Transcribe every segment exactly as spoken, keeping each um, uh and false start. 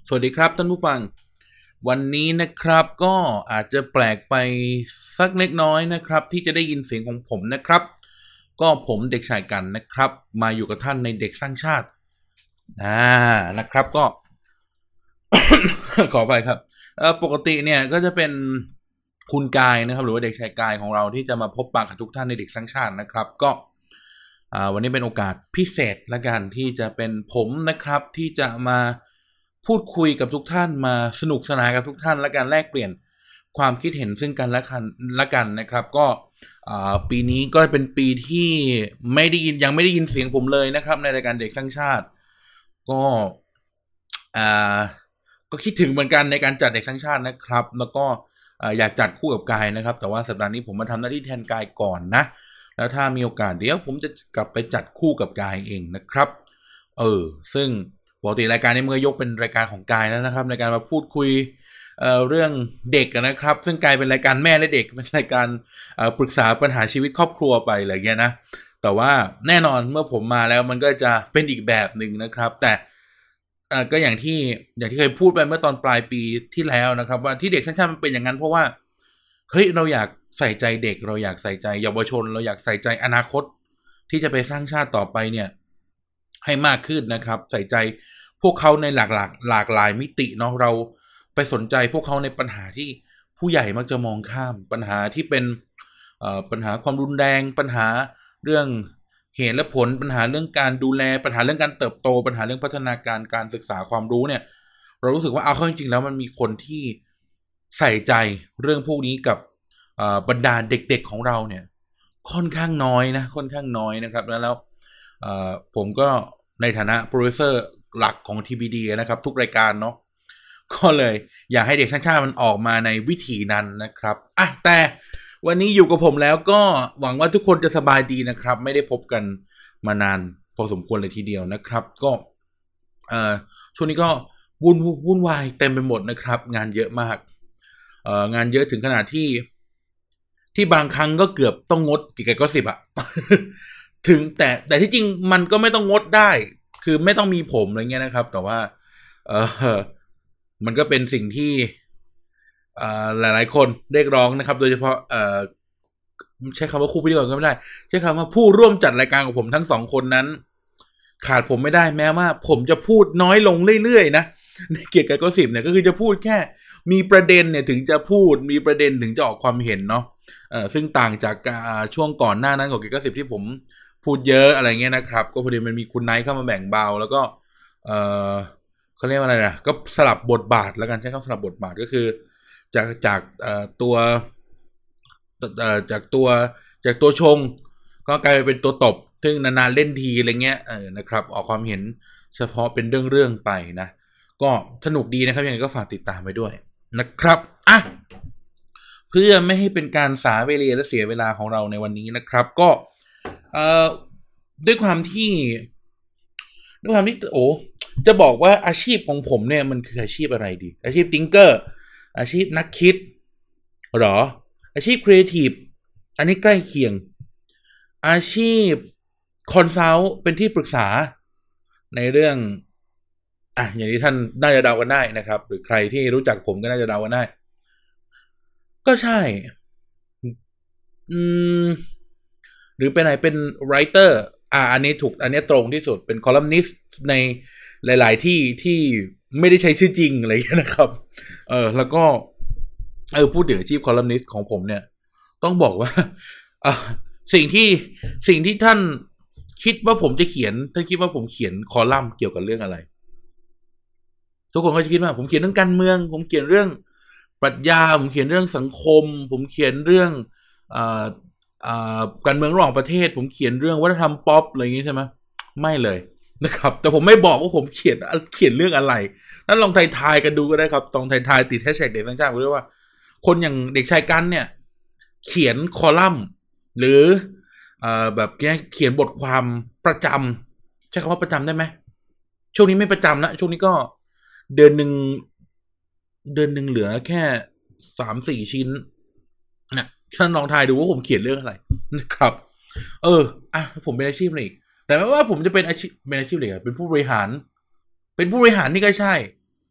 สวัสดีครับท่านผู้ฟังวันนี้นะครับก็อาจจะแปลกไปสักเล็กน้อยนะครับที่จะได้ยินเสียงของผมนะครับก็ผมเด็กชายกันนะครับมาอยู่กับท่านในเด็กสร้างชาตินะนะครับก็ ขอไปครับปกติเนี่ยก็จะเป็นคุณกายนะครับหรือว่าเด็กชายกายของเราที่จะมาพบปะกับทุกท่านในเด็กสร้างชาตินะครับก็วันนี้เป็นโอกาสพิเศษละกันที่จะเป็นผมนะครับที่จะมาพูดคุยกับทุกท่านมาสนุกสนานกับทุกท่านและการแลกเปลี่ยนความคิดเห็นซึ่งกันและกันละกันนะครับก็ปีนี้ก็เป็นปีที่ไม่ได้ยินยังไม่ได้ยินเสียงผมเลยนะครับในรายการเด็กสร้างชาติก็อ่าก็คิดถึงเหมือนกันในการจัดเด็กสร้างชาตินะครับแล้วก็อยากจัดคู่กับกายนะครับแต่ว่าสัปดาห์นี้ผมมาทำหน้าที่แทนกายก่อนนะแล้วถ้ามีโอกาสเดี๋ยวผมจะกลับไปจัดคู่กับกายเองนะครับเออซึ่งปกติรายการนี้มันก็ยกเป็นรายการของกายแล้วนะครับในการมาพูดคุย เอ่อเรื่องเด็กนะครับซึ่งกลายเป็นรายการแม่และเด็กเป็นรายการปรึกษาปัญหาชีวิตครอบครัวไปอะไรเงี้ยนะแต่ว่าแน่นอนเมื่อผมมาแล้วมันก็จะเป็นอีกแบบหนึ่งนะครับแต่ก็อย่างที่อย่างที่เคยพูดไปเมื่อตอนปลายปีที่แล้วนะครับว่าที่เด็กสร้างชาติมันเป็นอย่างนั้นเพราะว่าเฮ้ยเราอยากใส่ใจเด็กเราอยากใส่ใจเยาวชนเราอยากใส่ใจอนาคตที่จะไปสร้างชาติต่อไปเนี่ยให้มากขึ้นนะครับใส่ใจพวกเขาในหลากหลากหลากหลายมิติเนาะเราไปสนใจพวกเขาในปัญหาที่ผู้ใหญ่มักจะมองข้ามปัญหาที่เป็นปัญหาความรุนแรงปัญหาเรื่องเหตุและผลปัญหาเรื่องการดูแลปัญหาเรื่องการเติบโตปัญหาเรื่องพัฒนาการการศึกษาความรู้เนี่ยเรารู้สึกว่าเอาเข้าจริงๆแล้วมันมีคนที่ใส่ใจเรื่องพวกนี้กับบรรดาเด็กๆของเราเนี่ยค่อนข้างน้อยนะค่อนข้างน้อยนะครับแล้วแล้วผมก็ในฐานะโปรดิวเซอร์หลักของ ที บี ดี นะครับทุกรายการเนาะก็เลยอยากให้เด็กสร้างชาติมันออกมาในวิถีนั้นนะครับอ่ะแต่วันนี้อยู่กับผมแล้วก็หวังว่าทุกคนจะสบายดีนะครับไม่ได้พบกันมานานพอสมควรเลยทีเดียวนะครับก็เอ่อช่วงนี้ก็วุ่นวุ่นวายเต็มไปหมดนะครับงานเยอะมากเอ่องานเยอะถึงขนาดที่ที่บางครั้งก็เกือบต้องงดกิจกรรมก็สิบอะ ถึงแต่แต่ที่จริงมันก็ไม่ต้องงดได้คือไม่ต้องมีผมอะไรเงี้ยนะครับแต่ว่าเออมันก็เป็นสิ่งที่หลายๆคนเรียกร้องนะครับโดยเฉพาะใช้คำว่าคู่พิธีกรก็ไม่ได้ใช้คำว่าผู้ร่วมจัดรายการของผมทั้งสองคนนั้นขาดผมไม่ได้แม้ว่าผมจะพูดน้อยลงเรื่อยๆนะในเกียรติกายก็สิบเนี่ยก็คือจะพูดแค่มีประเด็นเนี่ยถึงจะพูดมีประเด็นถึงจะออกความเห็นเนาะซึ่งต่างจากช่วงก่อนหน้านั้นของเกียรติกายก็สิบที่ผมพูดเยอะอะไรเงี้ยนะครับก็พอดีมันมีคุณไนท์เข้ามาแบ่งเบาแล้วก็เออเขาเรียกว่าอะไรนะก็สลับบทบาทแล้วกันใช้คำสลับบทบาทก็คือจากจากตัวจากตัวจากตัวชงก็กลายเป็นตัวตบซึ่งนานๆเล่นทีอะไรเงี้ยเออนะครับออกความเห็นเฉพาะเป็นเรื่องๆไปนะก็สนุกดีนะครับยังไงก็ฝากติดตามไปด้วยนะครับอ่ะเพื่อไม่ให้เป็นการสาเวลาและเสียเวลาของเราในวันนี้นะครับก็เอ่อด้วยความที่ด้วยความที่โอ้จะบอกว่าอาชีพของผมเนี่ยมันคืออาชีพอะไรดีอาชีพทิงเกอร์อาชีพนักคิดหรออาชีพครีเอทีฟอันนี้ใกล้เคียงอาชีพคอนซัลท์เป็นที่ปรึกษาในเรื่องอ่ะอย่างที่ท่านน่าจะเดากันได้นะครับหรือใครที่รู้จักผมก็น่าจะเดากันได้ก็ใช่อืมหรือเป็นไหนเป็นไรเตอร์อ่าอันนี้ถูกอันนี้ตรงที่สุดเป็นคอลัมนิสต์ในหลายๆที่ที่ไม่ได้ใช้ชื่อจริงอะไรอย่างนี้นะครับเออแล้วก็เออพูดถึงอาชีพคอลัมนิสต์ของผมเนี่ยต้องบอกว่าอ่ะสิ่งที่สิ่งที่ท่านคิดว่าผมจะเขียนท่านคิดว่าผมเขียนคอลัมน์เกี่ยวกับเรื่องอะไรทุกคนก็จะคิดว่าผมเขียนเรื่องการเมืองผมเขียนเรื่องปรัชญาผมเขียนเรื่องสังคมผมเขียนเรื่องอ่าอ่าการเมืองระหว่างประเทศผมเขียนเรื่องวัฒนธรรมป๊อปอะไรอย่างนี้ใช่ไหมไม่เลยนะครับแต่ผมไม่บอกว่าผมเขียนเขียนเรื่องอะไรนั้นลองทายๆกันดูก็ได้ครับลองทายๆติดแฮชแท็กเด็กสร้างชาติก็ได้ว่าคนอย่างเด็กชายกันเนี่ยเขียนคอลัมน์หรือเอ่อแบบเขียนบทความประจำใช้คำว่าประจำได้ไหมช่วงนี้ไม่ประจำนะช่วงนี้ก็เดือนหนึ่งเดือนหนึ่งเหลือแค่สามสี่ชิ้นนะท่านลองทายดูว่าผมเขียนเรื่องอะไรนะครับเอออ่ะผมเป็นอาชีพอะไรอีกแต่ไม่ว่าผมจะเป็นอาชีพเป็นอาชีพอะไรเป็นผู้บริหารเป็นผู้บริหารนี่ก็ใช่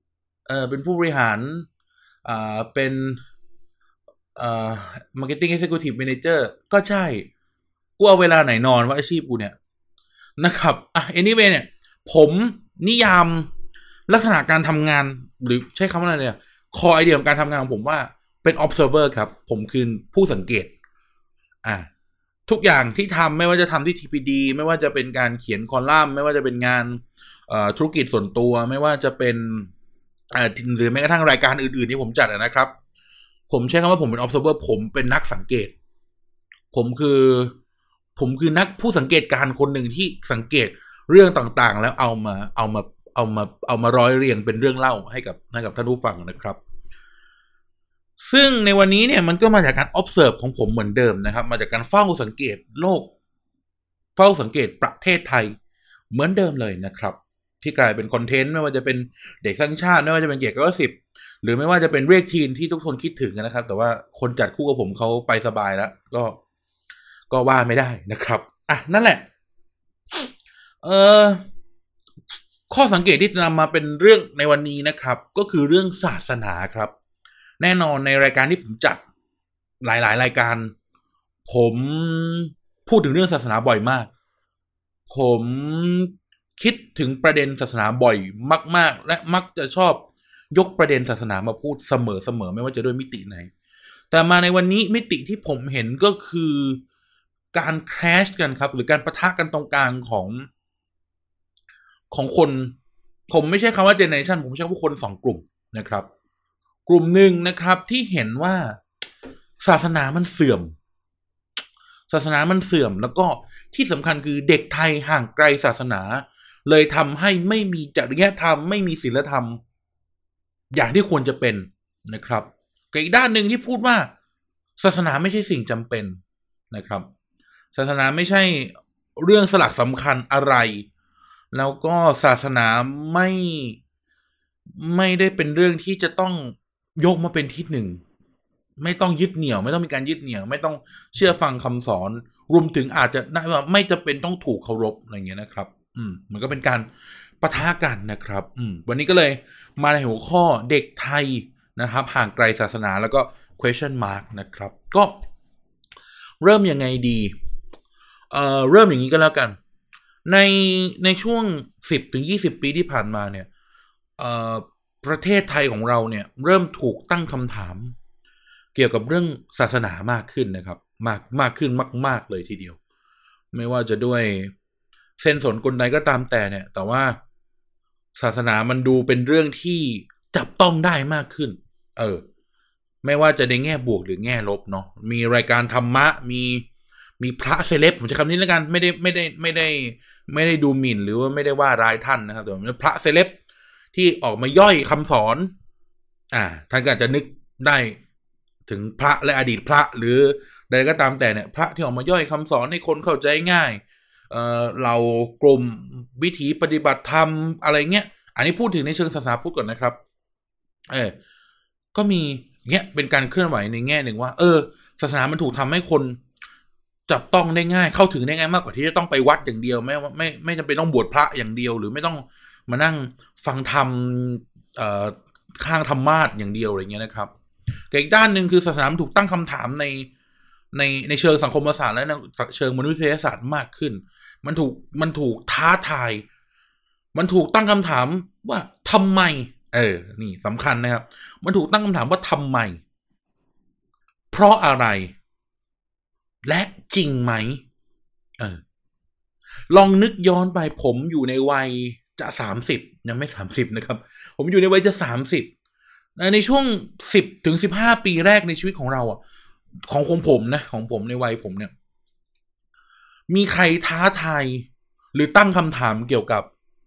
เออเป็นผู้บริหารอ่าเป็นเอ่อ marketing executive manager ก็ใช่กูเอาเวลาไหนนอนว่าอาชีพกูเนี่ยนะครับอ่ะ anyway เนี่ยผมนิยามลักษณะการทำงานหรือใช้คำว่าอะไรเนี่ยคอไอเดียของการทำงานของผมว่าเป็น observer ครับผมคือผู้สังเกตอ่ะทุกอย่างที่ทำไม่ว่าจะทำที่ ที พี ดี ไม่ว่าจะเป็นการเขียนคอลัมน์ไม่ว่าจะเป็นงานธุรกิจส่วนตัวไม่ว่าจะเป็นหรือแม้กระทั่งรายการอื่นๆที่ผมจัดนะครับผมใช้คำว่าผมเป็น observer ผมเป็นนักสังเกตผมคือผมคือนักผู้สังเกตการคนหนึ่งที่สังเกตเรื่องต่างๆแล้วเอามาเอามาเอามาเอามาร้อยเรียงเป็นเรื่องเล่าให้กับให้กับท่านผู้ฟังนะครับซึ่งในวันนี้เนี่ยมันก็มาจากการ observe ของผมเหมือนเดิมนะครับมาจากการเฝ้าสังเกตโลกเฝ้าสังเกตประเทศไทยเหมือนเดิมเลยนะครับที่กลายเป็นคอนเทนต์ไม่ว่าจะเป็นเด็กสร้างชาติไม่ว่าจะเป็นเกียรติก็สิบหรือไม่ว่าจะเป็นเรียกทีนที่ทุกคนคิดถึงนะครับแต่ว่าคนจัดคู่กับผมเขาไปสบายแล้วก็ก็ว่าไม่ได้นะครับอ่ะนั่นแหละเออข้อสังเกตที่จะนำมาเป็นเรื่องในวันนี้นะครับก็คือเรื่องศาสนาครับแน่นอนในรายการที่ผมจัดหลายๆรายการผมพูดถึงเรื่องศาสนาบ่อยมากผมคิดถึงประเด็นศาสนาบ่อยมากๆและมักจะชอบยกประเด็นศาสนามาพูดเสมอๆไม่ว่าจะด้วยมิติไหนแต่มาในวันนี้มิติที่ผมเห็นก็คือการแครชกันครับหรือการปะทะกันตรงกลางของของคนผมไม่ใช่คำว่าเจเนอเรชันผมใช้คำว่าคนสองกลุ่มนะครับกลุ่มหนึ่งนะครับที่เห็นว่าศาสนามันเสื่อมศาสนามันเสื่อมแล้วก็ที่สำคัญคือเด็กไทยห่างไกลศาสนาเลยทำให้ไม่มีจริยธรรมไม่มีศีลธรรมอย่างที่ควรจะเป็นนะครับกับอีกด้านหนึ่งที่พูดว่าศาสนาไม่ใช่สิ่งจำเป็นนะครับศาสนาไม่ใช่เรื่องสลักสำคัญอะไรแล้วก็ศาสนาไม่ไม่ได้เป็นเรื่องที่จะต้องยกมาเป็นที่หนึ่งไม่ต้องยึดเหนี่ยวไม่ต้องมีการยึดเหนี่ยวไม่ต้องเชื่อฟังคำสอนรวมถึงอาจจะได้ว่าไม่จำเป็นต้องถูกเคารพอะไรเงี้ยนะครับอืมมันก็เป็นการปะทะกันนะครับอืมวันนี้ก็เลยมาในหัวข้อเด็กไทยนะครับห่างไกลศาสนาแล้วก็ question mark นะครับก็เริ่มยังไงดีเอ่อเริ่มอย่างนี้ก็แล้วกันในในช่วง สิบถึงยี่สิบ ปีที่ผ่านมาเนี่ยเอ่อประเทศไทยของเราเนี่ยเริ่มถูกตั้งคำถามเกี่ยวกับเรื่องศาสนามากขึ้นนะครับมากมากขึ้นมากๆเลยทีเดียวไม่ว่าจะด้วยเส้นสนกลใดก็ตามแต่เนี่ยแต่ว่าศาสนามันดูเป็นเรื่องที่จับต้องได้มากขึ้นเออไม่ว่าจะในแง่บวกหรือแง่ลบเนาะมีรายการธรรมะมีมีพระเซเลบผมจะคำนี้แล้วกันไม่ได้ไม่ได้ไม่ได้ไม่ได้ดูหมิ่นหรือว่าไม่ได้ว่าร้ายท่านนะครับแต่เป็นพระเซเลบที่ออกมาย่อยคำสอนอ่าท่านก็อาจจะนึกได้ถึงพระและอดีตพระหรือใดก็ตามแต่เนี่ยพระที่ออกมาย่อยคำสอนให้คนเข้าใจง่ายเอ่อเรากลุ่มวิถีปฏิบัติธรรมอะไรเงี้ยอันนี้พูดถึงในเชิงศาสนาพุทธก่อนนะครับเออก็มีเงี้ยเป็นการเคลื่อนไหวในแง่หนึ่งว่าเออศาสนามันถูกทำให้คนจับต้องได้ง่ายเข้าถึงได้ง่ายมากกว่าที่จะต้องไปวัดอย่างเดียวไม่ไม่ไม่จำเป็นต้องบวชพระอย่างเดียวหรือไม่ต้องมานั่งฟังธรรมเอ่อข้างธรรมาสอย่างเดียวอะไรเงี้ยนะครับแต่อีกด้านหนึ่งคือศาสนามันถูกตั้งคำถามในในในเชิงสังคมศาสตร์และในเชิงมนุษยศาสตร์มากขึ้นมันถูกมันถูกท้าทายมันถูกตั้งคำถามว่าทำไมเออนี่สำคัญนะครับมันถูกตั้งคำถามว่าทำไมเพราะอะไรและจริงไหมเออลองนึกย้อนไปผมอยู่ในวัยจะสามสิบยังไม่สามสิบนะครับผมอยู่ในวัยจะสามสิบในช่วงสิบถึงสิบห้าปีแรกในชีวิตของเราอ่ะของของผมนะของผมในวัยผมเนี่ยมีใครท้าทายหรือตั้งคำถามเกี่ยวกับ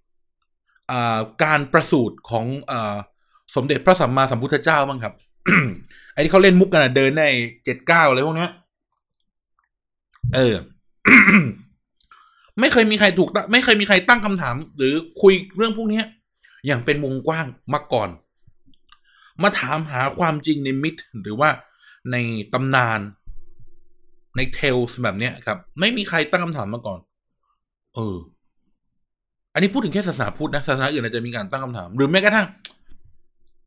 การประสูติของสมเด็จพระสัมมาสัมพุทธเจ้าบ้างครับ ไอ้ที่เขาเล่นมุกกันนะเดินในเจ็ดเก้าอะไรพวกนี้เออ ไม่เคยมีใครถูกไม่เคยมีใครตั้งคำถามหรือคุยเรื่องพวกนี้อย่างเป็นวงกว้างมาก่อนมาถามหาความจริงในมิตหรือว่าในตำนานในเทลส์แบบนี้ครับไม่มีใครตั้งคำถามมาก่อนเอออันนี้พูดถึงแค่ศาสนาพุทธนะศาสนาอื่นอาจจะมีการตั้งคำถามหรือแม้กระทั่ง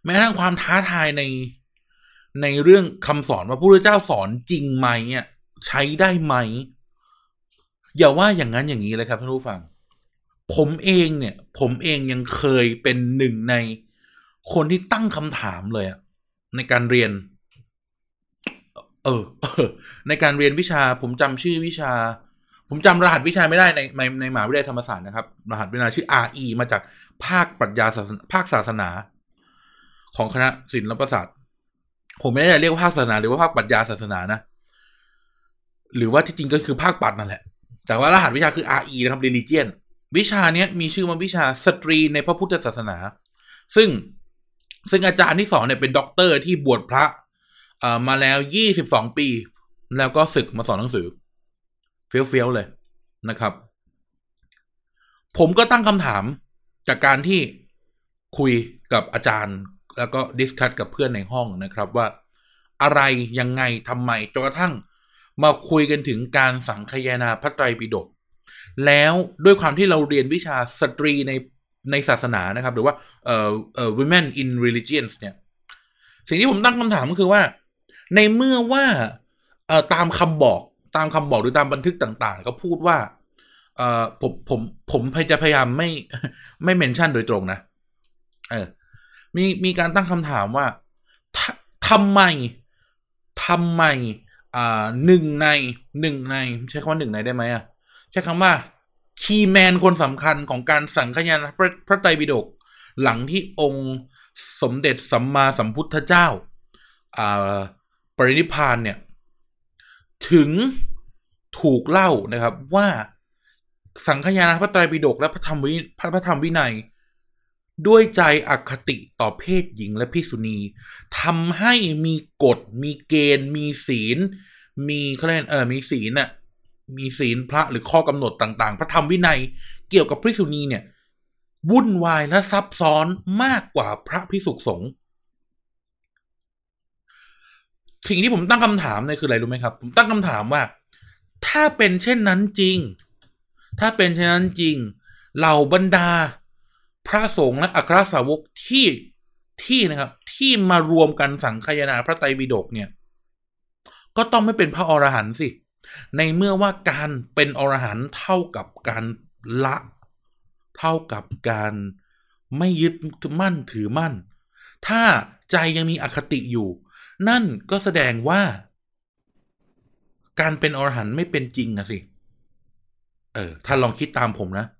แม้กระทั่งความท้าทายในในเรื่องคำสอนว่าพระพุทธเจ้าสอนจริงไหมอ่ะใช้ได้ไหมอย่าว่าอย่างนั้นอย่างนี้เลยครับท่านผู้ฟังผมเองเนี่ยผมเองยังเคยเป็นหนึ่งในคนที่ตั้งคำถามเลยอะในการเรียนเออเออในการเรียนวิชาผมจำชื่อวิชาผมจำรหัสวิชาไม่ได้ในในในมหาวิทยาลัยธรรมศาสตร์นะครับรหัสวิชาชื่อ อาร์ อี มาจากภาคปรัชญาศาสนาภาคศาสนาของคณะศิลปศาสตร์ผมไม่ได้เรียกว่าภาคศาสนาหรือว่าภาคปรัชญาศาสนานะหรือว่าที่จริงก็คือภาคปรัชญานั่นแหละแต่ว่ารหัสวิชาคือ อาร์ อี นะครับ Religion วิชาเนี้ยมีชื่อว่าวิชาสตรีในพระพุทธศาสนาซึ่งซึ่งอาจารย์ที่สอนเนี่ยเป็นด็อกเตอร์ที่บวชพระเอ่อมาแล้วยี่สิบสองปีแล้วก็ศึกมาสอนหนังสือเฟี้ยวๆเลยนะครับผมก็ตั้งคำถามจากการที่คุยกับอาจารย์แล้วก็ดิสคัสกับเพื่อนในห้องนะครับว่าอะไรยังไงทำไมจนกระทั่งมาคุยกันถึงการสังคายนาพระไตรปิฎกแล้วด้วยความที่เราเรียนวิชาสตรีในในศาสนานะครับหรือว่าเอ่อเอ่อ women in religions เนี่ยสิ่งที่ผมตั้งคำถามก็คือว่าในเมื่อว่าเอ่อตามคำบอกตามคำบอกหรือตามบันทึกต่างๆก็พูดว่าเอ่อผมผมผมจะพยายามไม่ไม่เมนชั่นโดยตรงนะเออมีมีการตั้งคำถามว่าทำไมทำไมอ่าหนึ่งในหนึ่งในใช้คำว่าหนึ่งในได้ไหมอ่ะใช้คำว่าคีย์แมนคนสำคัญของการสังคายนาพระพระไตรปิฎกหลังที่องค์สมเด็จสัมมาสัมพุทธเจ้าอ่าปรินิพพานเนี่ยถึงถูกเล่านะครับว่าสังคายนาพระไตรปิฎกและพระธรรมวิพระธรรมวินัยด้วยใจอคติต่อเพศหญิงและภิกษุณีทำให้มีกฎมีเกณฑ์มีศีลมีเขาเรียกเออมีศีลน่ะมีศีลพระหรือข้อกำหนดต่างๆพระธรรมวินัยเกี่ยวกับภิกษุณีเนี่ยวุ่นวายและซับซ้อนมากกว่าพระภิกษุสงฆ์สิ่งที่ผมตั้งคำถามเนี่ยคืออะไรรู้ไหมครับผมตั้งคำถามว่าถ้าเป็นเช่นนั้นจริงถ้าเป็นเช่นนั้นจริงเหล่าบรรดาพระสงฆ์และอัครสาวกที่ที่นะครับที่มารวมกันสังคายนาพระไตรปิฎกเนี่ยก็ต้องไม่เป็นพระอรหันต์สิในเมื่อว่าการเป็นอรหันต์เท่ากับการละเท่ากับการไม่ยึดมั่นถือมั่นถ้าใจยังมีอคติอยู่นั่นก็แสดงว่าการเป็นอรหันต์ไม่เป็นจริงอะสิเออถ้าลองคิดตามผมนะ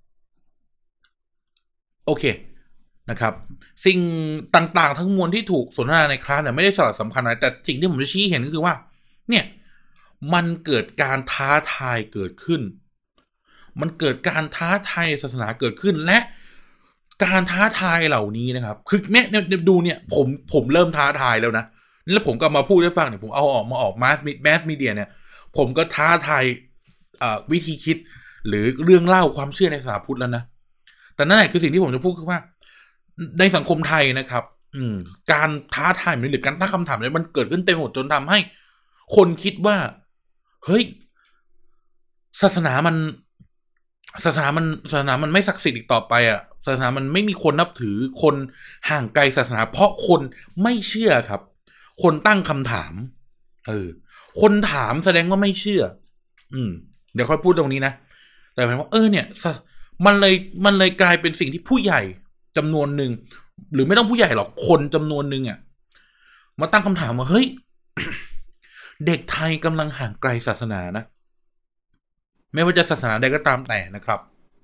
โอเคนะครับสิ่งต่างๆทั้งมวลที่ถูกสนทนาในคลาสเนี่ยไม่ได้สาระสำคัญอะไรแต่สิ่งที่ผมจะชี้เห็นก็คือว่าเนี่ยมันเกิดการท้าทายเกิดขึ้นมันเกิดการท้าทายศาสนาเกิดขึ้นและการท้าทายเหล่านี้นะครับคือเนี่ยดูเนี่ยผมผมเริ่มท้าทายแล้วนะแล้วผมก็มาพูดให้ฟังเนี่ยผมเอาออกมาออกมาสแมสมีเดียเนี่ยผมก็ท้าทายวิธีคิดหรือเรื่องเล่าความเชื่อในศาสนาพุทธแล้วนะแต่นั่นแหละคือสิ่งที่ผมจะพูดคือว่าในสังคมไทยนะครับอืมการท้าทายหรือการตั้งคำถามเนี่ยมันเกิดขึ้นเต็มหมดจนทำให้คนคิดว่าเฮ้ยศาสนามันศาสนามันศาสนามันไม่ศักดิ์สิทธิ์อีกต่อไปอ่ะศาสนามันไม่มีคนนับถือคนห่างไกลศาสนาเพราะคนไม่เชื่อครับคนตั้งคำถามเออคนถามแสดงว่าไม่เชื่ออืมเดี๋ยวค่อยพูดตรงนี้นะแต่หมายว่าเออเนี่ยมันเลยมันเลยกลายเป็นสิ่งที่ผู้ใหญ่จำนวนหนึ่งหรือไม่ต้องผู้ใหญ่หรอกคนจำนวนหนึ่งอ่ะมาตั้งคำถามว่าเฮ้ย เด็กไทยกำลังห่างไกลศาสนานะไม่ว่าจะศาสนาใดก็ตามแต่นะครับ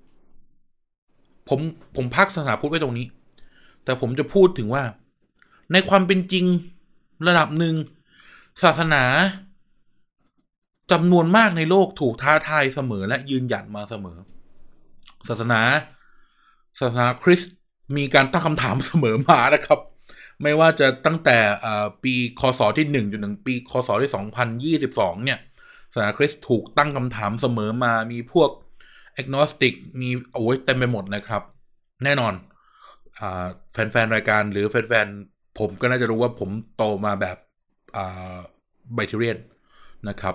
ผมผมพักศาสนาพุทธไว้ตรงนี้แต่ผมจะพูดถึงว่าในความเป็นจริงระดับหนึ่งศาสนาจำนวนมากในโลกถูกท้าทายเสมอและยืนหยัดมาเสมอศาสนาศาสนาคริสต์มีการตั้งคำถามเสมอมานะครับไม่ว่าจะตั้งแต่ปีคศที่หนึ่งจนถึงปีคศที่สองพันยี่สิบสองเนี่ยศาสนาคริสต์ถูกตั้งคำถามเสมอมามีพวก agnostic มีโอ้ยเต็มไปหมดนะครับแน่นอนแฟนๆรายการหรือแฟนๆผมก็น่าจะรู้ว่าผมโตมาแบบไบเทเรียนนะครับ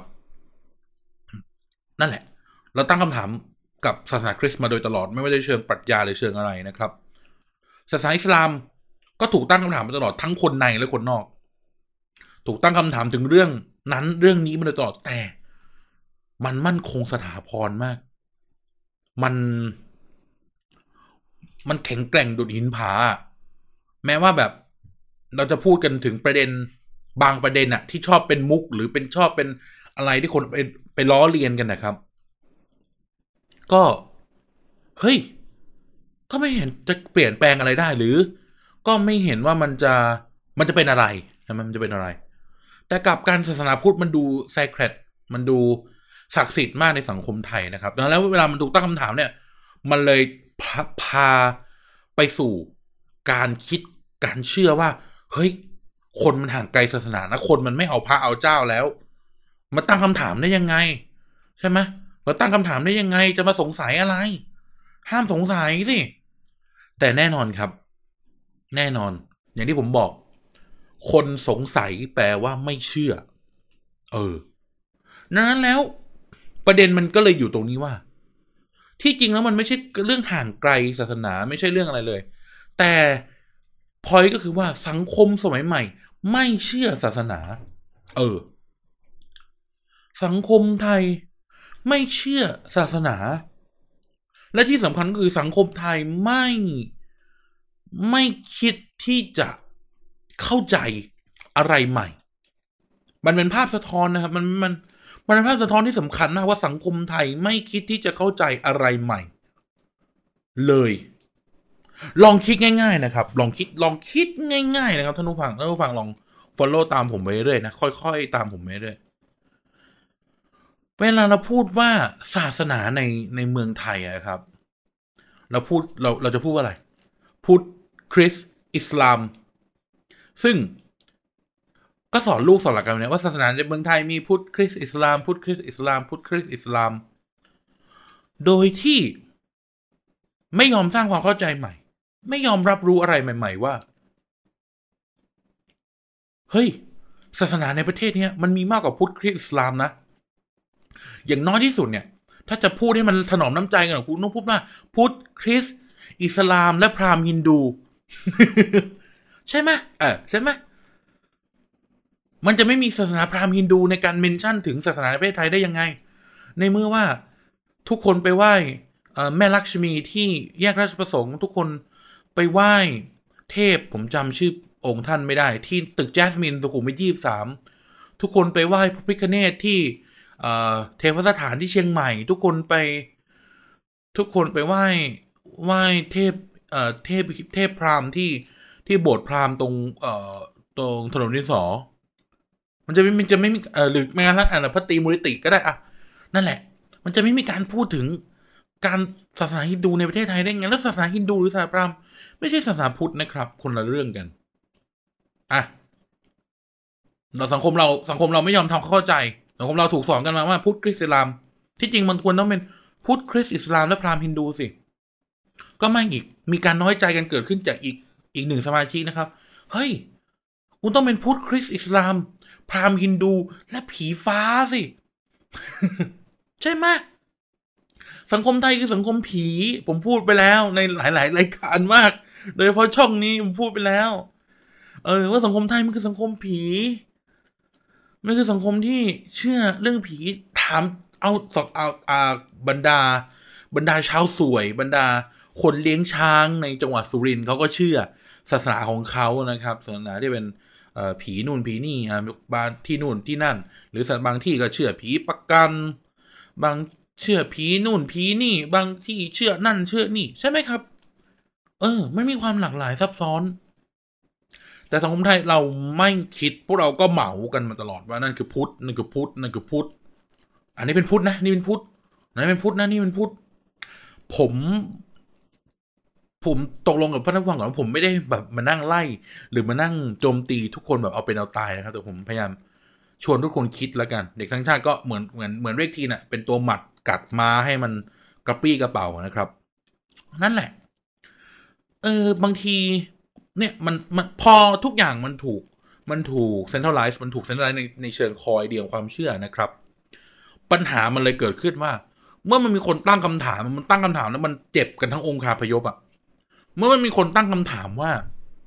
นั่นแหละเราตั้งคำถามกับศาสนาคริสต์มาโดยตลอดไม่ว่าจะเชิงปรัชญาหรือเชิงอะไรนะครับศาสนาอิสลามก็ถูกตั้งคำถามมาตลอดทั้งคนในและคนนอกถูกตั้งคำถามถึงเรื่องนั้นเรื่องนี้มาโดยตลอดแต่มันมั่นคงสถาพรมากมันมันแข็งแกร่งดุจหินผาแม้ว่าแบบเราจะพูดกันถึงประเด็นบางประเด็นอะที่ชอบเป็นมุกหรือเป็นชอบเป็นอะไรที่คนไปไปล้อเลียนกันนะครับก็เฮ้ยก็ไม่เห็นจะเปลี่ยนแปลงอะไรได้หรือก็ไม่เห็นว่ามันจะมันจะเป็นอะไรใช่ไหมมันจะเป็นอะไรแต่กับการศาสนาพุทธมันดูแซคเรตมันดูศักดิ์สิทธิ์มากในสังคมไทยนะครับดังนั้นแล้วเวลามันถูกตั้งคำถามเนี่ยมันเลยพาไปสู่การคิดการเชื่อว่าเฮ้ยคนมันห่างไกลศาสนานะคนมันไม่เอาพระเอาเจ้าแล้วมาตั้งคำถามได้ยังไงใช่ไหมมาตั้งคำถามได้ยังไงจะมาสงสัยอะไรห้ามสงสัยสิแต่แน่นอนครับแน่นอนอย่างที่ผมบอกคนสงสัยแปลว่าไม่เชื่อเออนั้นแล้วประเด็นมันก็เลยอยู่ตรงนี้ว่าที่จริงแล้วมันไม่ใช่เรื่องห่างไกลศาสนาไม่ใช่เรื่องอะไรเลยแต่พอยก็คือว่าสังคมสมัยใหม่ไม่เชื่อศาสนาเออสังคมไทยไม่เชื่อศาสนาและที่สำคัญก็คือสังคมไทยไม่ไม่คิดที่จะเข้าใจอะไรใหม่มันเป็นภาพสะท้อนนะครับมันมันมันเป็นภาพสะท้อนที่สำคัญมากว่าสังคมไทยไม่คิดที่จะเข้าใจอะไรใหม่เลยลองคิดง่ายๆนะครับลองคิดลองคิดง่ายๆนะครับท่านผู้ฟังท่านผู้ฟังลอง follow ตามผมไปเรื่อยนะค่อยๆตามผมไปเรื่อยเวลาเราพูดว่าศาสนาในในเมืองไทยอะครับเราพูดเราเราจะพูดว่าอะไรพุทธคริสต์อิสลามซึ่งก็สอนลูกสอนหลักกันเนี่ยว่าศาสนาในเมืองไทยมีพุทธคริสต์อิสลามพุทธคริสต์อิสลามพุทธคริสต์อิสลามโดยที่ไม่ยอมสร้างความเข้าใจใหม่ไม่ยอมรับรู้อะไรใหม่ๆว่าเฮ้ยศาสนาในประเทศนี้มันมีมากกว่าพุทธคริสต์อิสลามนะอย่างน้อยที่สุดเนี่ยถ้าจะพูดให้มันถนอมน้ำใจกันคุณต้องพูดว่าพุทธคริสต์อิสลามและพราหมณ์ฮินดู ใช่ไหมเออใช่ไหมมันจะไม่มีศาสนาพราหมณ์ฮินดูในการเมนชั่นถึงศาสนาในประเทศไทยได้ยังไงในเมื่อว่าทุกคนไปไหว้แม่ลักษมีที่แยกราชประสงค์ทุกคนไปไหว้เทพผมจำชื่อองค์ท่านไม่ได้ที่ตึกแจสมินสุขุมวิทยี่สิบสามทุกคนไปไหว้พระพิฆเนศที่เทวสถานที่เชียงใหม่ทุกคนไปทุกคนไปไหว้ไหว้เทพเทพเทพพราหมณ์ที่ที่โบสถ์พราหมณ์ตรงตรงถนนดินสอมันจะไม่มันจะไม่มีเออหรือแม้กระทั่งพระตรีมูริติก็ได้อะนั่นแหละมันจะไม่มีการพูดถึงการศาสนาฮินดูในประเทศไทยได้ไงแล้วศาสนาฮินดูหรือศาสนาพราหมณ์ไม่ใช่ศาสนาพุทธนะครับคนละเรื่องกันอ่ะเราสังคมเราสังคมเราไม่ยอมทำเข้าใจสังคมเราถูกสอนกันมาว่าพุทธคริสต์อิสลามที่จริงมันควรต้องเป็นพุทธคริสต์อิสลามและพราหมณ์ฮินดูสิก็ไม่อีกมีการน้อยใจกันเกิดขึ้นจากอีกอีกหนึ่งสมาชิกนะครับเฮ้ยคุณต้องเป็นพุทธคริสต์อิสลามพราหมณ์ฮินดูและผีฟ้าสิ ใช่ไหมสังคมไทยคือสังคมผีผมพูดไปแล้วในหลายๆรายการมากโดยเฉพาะช่องนี้ผมพูดไปแล้วเออว่าสังคมไทยมันคือสังคมผีมันคือสังคมที่เชื่อเรื่องผีถามเอาสอกเอาอ่าบรรดาบรรดาชาวสวยบรรดาคนเลี้ยงช้างในจังหวัดสุรินทร์เขาก็เชื่อศาสนาของเขานะครับศาสนาที่เป็นผีนู่นผีนี่อ่าบางที่นู่นที่นั่นหรือบางที่ก็เชื่อผีประกันบางเชื่อผีนู่นผีนี่บางที่เชื่อนั่นเชื่อนี่ใช่ไหมครับเออไม่มีความหลากหลายซับซ้อนแต่สังคมไทยเราไม่คิดพวกเราก็เหมากันมาตลอดว่านั่นคือพุทธนั่นคือพุทธนั่นคือพุทธอันนี้เป็นพุทธนะนี่เป็นพุทธนั่นเป็นพุทธนะนี่เป็นพุทธผมผมตกลงกับพระนักฟังก่อนว่าผมไม่ได้แบบมานั่งไล่หรือมานั่งโจมตีทุกคนแบบเอาเป็นเอาตายนะครับแต่ผมพยายามชวนทุกคนคิดแล้วกันเด็กทั้งชาติก็เหมือนเหมือนเหมือนเรกทีน่ะเป็นตัวหมัดกัดมาให้มันกระปี้กระเป๋านะครับนั่นแหละเออบางทีเนี่ยมันมันพอทุกอย่างมันถูกมันถูกเซ็นทรัลไลซ์มันถูกเซ็นทรัลไลซ์ในในเชิงคอยเดียวความเชื่อนะครับปัญหามันเลยเกิดขึ้นว่าเมื่อมันมีคนตั้งคำถามมันตั้งคำถามแล้วมันเจ็บกันทั้งองค์คาพยพอะเมื่อมันมีคนตั้งคำถามว่า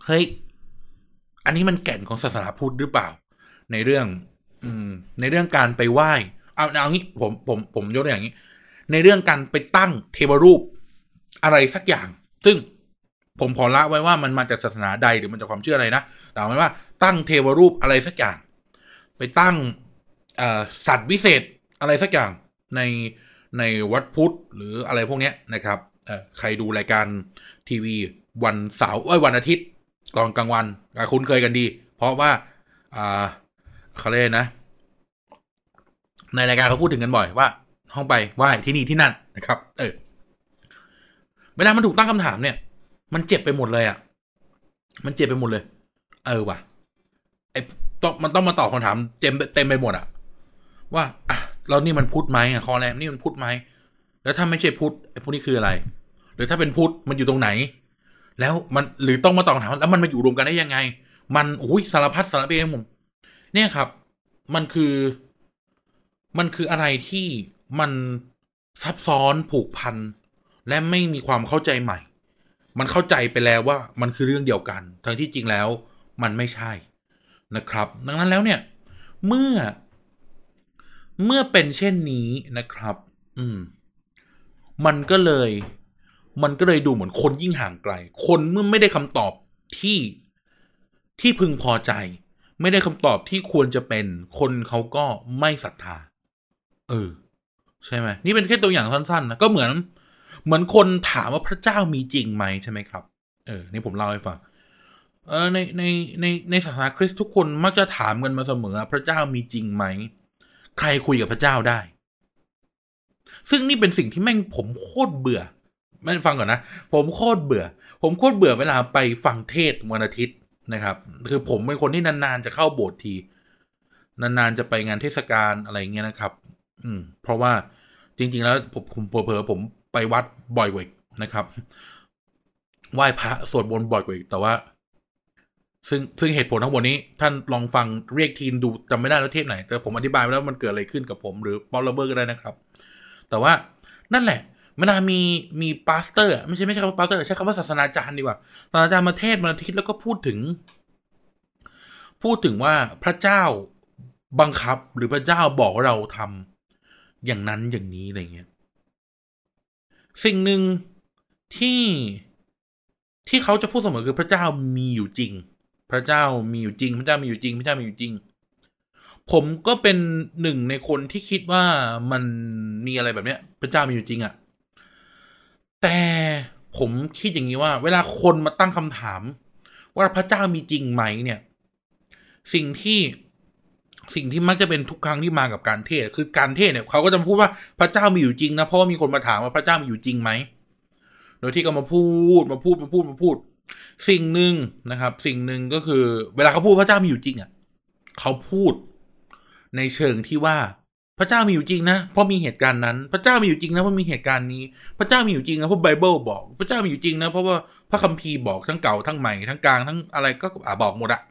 เฮ้ยอันนี้มันแก่นของศาสนาพุทธหรือเปล่าในเรื่องอืมในเรื่องการไปไหว้เอาเอางี้ผมผมผมยกตัวอย่างนี้ในเรื่องการไปตั้งเทวรูปอะไรสักอย่างซึ่งผมขอละไว้ว่ามันมาจากศาสนาใดหรือมันจากความเชื่ออะไรนะแต่เอาไว้ว่าตั้งเทวรูปอะไรสักอย่างไปตั้งเอ่อสัตว์วิเศษอะไรสักอย่างในในวัดพุทธหรืออะไรพวกนี้นะครับเอ่อใครดูรายการทีวีวันเสาร์เอ้ยวันอาทิตย์ตอนกลางวันคุ้นเคยกันดีเพราะว่าอ่าเขาเรียกนะในรายการเขาพูดถึงกันบ่อยว่าห้องไปไหว้ที่นี่ที่นั่นนะครับเออเวลามันถูกตั้งคำถามเนี่ยมันเจ็บไปหมดเลยอ่ะมันเจ็บไปหมดเลยเออว่ะไอ้ต้องมันต้องมาตอบคำถามเต็มเต็มไปหมดอ่ะว่าอ่ะเรานี่มันพุทธไหมอ่ะข้อแรกนี่มันพุทธไหมแล้วถ้าไม่ใช่พุทธไอ้พวกนี้คืออะไรหรือถ้าเป็นพุทธมันอยู่ตรงไหนแล้วมันหรือต้องมาตอบคำถามแล้วมันมาอยู่รวมกันได้ยังไงมันอุ้ยสารพัดสารเพผมเนี่ยครับมันคือมันคืออะไรที่มันซับซ้อนผูกพันและไม่มีความเข้าใจใหม่มันเข้าใจไปแล้วว่ามันคือเรื่องเดียวกันทั้งที่จริงแล้วมันไม่ใช่นะครับดังนั้นแล้วเนี่ยเมื่อเมื่อเป็นเช่นนี้นะครับอืมมันก็เลยมันก็เลยดูเหมือนคนยิ่งห่างไกลคนเมื่อไม่ได้คำตอบที่ที่พึงพอใจไม่ได้คำตอบที่ควรจะเป็นคนเขาก็ไม่ศรัทธาเออใช่ไหมนี่เป็นแค่ตัวอย่างสั้นๆนะก็เหมือนเหมือนคนถามว่าพระเจ้ามีจริงไหมใช่ไหมครับเออนี่ผมเล่าให้ฟังเออในในในในศาสนาคริสต์ทุกคนมักจะถามกันมาเสมอพระเจ้ามีจริงไหมใครคุยกับพระเจ้าได้ซึ่งนี่เป็นสิ่งที่แม่งผมโคตรเบื่อไม่ฟังก่อนนะผมโคตรเบื่อผมโคตรเบื่อเวลาไปฟังเทศวันอาทิตย์นะครับคือผมเป็นคนที่นานๆจะเข้าโบสถ์ทีนานๆจะไปงานเทศกาลอะไรเงี้ยนะครับอืมเพราะว่าจริงๆแล้วผมผมเผลอๆผมไปวัดบ่อยกว่านะครับไหว้พระสวดมนต์บ่อยกว่าแต่ว่าซึ่งซึ่งเหตุผลทั้งหมดนี้ท่านลองฟังเรียกทีนดูจำไม่ได้แล้วเทปไหนแต่ผมอธิบายไปแล้วมันเกิดอะไรขึ้นกับผมหรือปอลเลเบอร์ก็ได้นะครับแต่ว่านั่นแหละเวลามีมีปาสเตอร์ไม่ใช่ไม่ใช่คำว่าปาสเตอร์ใช้คำว่าศาสนาจารย์ดีกว่าศาสนาจารย์มาเทศน์วันอาทิตย์แล้วก็พูดถึงพูดถึงว่าพระเจ้าบังคับหรือพระเจ้าบอกเราทำอย่างนั้นอย่างนี้อะไรเงี้ยสิ่งหนึ่งที่ที่เขาจะพูดเสมอคือพระเจ้ามีอยู่จริงพระเจ้ามีอยู่จริงพระเจ้ามีอยู่จริงพระเจ้ามีอยู่จริงผมก็เป็นหนึ่งในคนที่คิดว่ามันมีอะไรแบบเนี้ยพระเจ้ามีอยู่จริงอะแต่ผมคิดอย่างนี้ว่าเวลาคนมาตั้งคำถามว่าพระเจ้ามีจริงไหมเนี่ยสิ่งที่สิ่งที่มักจะเป็นทุกครั้งที่มากับการเทศคือการเทศเนี่ยเขาก็จะพูดว่าพระเจ้ามีอยู่จริงนะเพราะว่ามีคนมาถามว่าพระเจ้ามีอยู่จริงไหมโดยที่ก็มาพูดมาพูดมาพูดมาพูดสิ่งหนึ่งนะครับสิ่งหนึ่งก็คือเวลาเขาพูดพระเจ้ามีอยู่จริงอ่ะเขาพูดในเชิงที่ว่าพระเจ้ามีอยู่จริงนะเพราะมีเหตุการณ์นั้นพระเจ้ามีอยู่จริงนะเพราะมีเหตุการณ์นี้พระเจ้ามีอยู่จริงนะเพราะไบเบิลบอกพระเจ้ามีอยู่จริงนะเพราะว่าพระคัมภีร์บอกทั้งเก่าทั้งใหม่ทั้งกลางทั้งอะไรก็อ่าบอกหมดอะ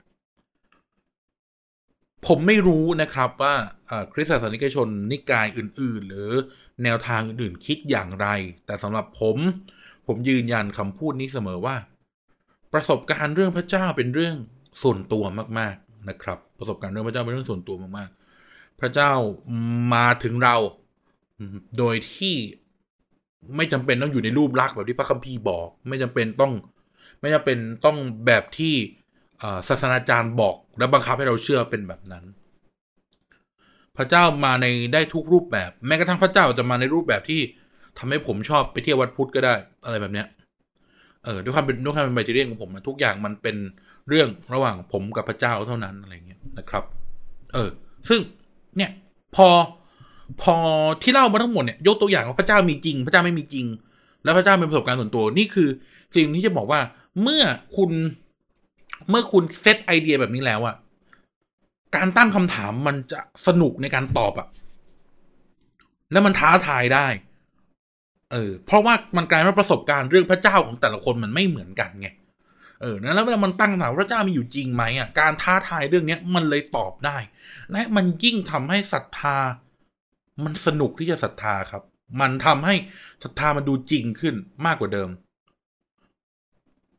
ผมไม่รู้นะครับว่าคริสตศาสนิกชนนิกายอื่นๆหรือแนวทางอื่นๆคิดอย่างไรแต่สำหรับผมผมยืนยันคำพูดนี้เสมอว่าประสบการณ์เรื่องพระเจ้าเป็นเรื่องส่วนตัวมากๆนะครับประสบการณ์เรื่องพระเจ้าเป็นเรื่องส่วนตัวมากๆพระเจ้ามาถึงเราโดยที่ไม่จำเป็นต้องอยู่ในรูปลักษณ์แบบที่พระคัมภีร์บอกไม่จำเป็นต้องไม่จำเป็นต้องแบบที่ศาสนาจารย์บอกและบังคับให้เราเชื่อเป็นแบบนั้นพระเจ้ามาในได้ทุกรูปแบบแม้กระทั่งพระเจ้าจะมาในรูปแบบที่ทำให้ผมชอบไปเที่ยววัดพุทธก็ได้อะไรแบบเนี้ยเออด้วยความเป็นด้วยความเป็นไบเทเรียนของผมทุกอย่างมันเป็นเรื่องระหว่างผมกับพระเจ้าเท่านั้นอะไรเงี้ยนะครับเออซึ่งเนี่ยพอพอที่เล่ามาทั้งหมดเนี่ยยกตัวอย่างว่าพระเจ้ามีจริงพระเจ้าไม่มีจริงแล้วพระเจ้าเป็นประสบการณ์ส่วนตัวนี่คือสิ่งที่จะบอกว่าเมื่อคุณเมื่อคุณเซตไอเดียแบบนี้แล้วอะการตั้งคำถามมันจะสนุกในการตอบอะแล้วมันท้าทายได้เออเพราะว่ามันกลายเป็นประสบการณ์เรื่องพระเจ้าของแต่ละคนมันไม่เหมือนกันไงเออแล้วเวลามันตั้งคำถามพระเจ้ามีอยู่จริงไหมอ่ะการท้าทายเรื่องนี้มันเลยตอบได้และมันยิ่งทำให้ศรัทธามันสนุกที่จะศรัทธาครับมันทำให้ศรัทธามันดูจริงขึ้นมากกว่าเดิม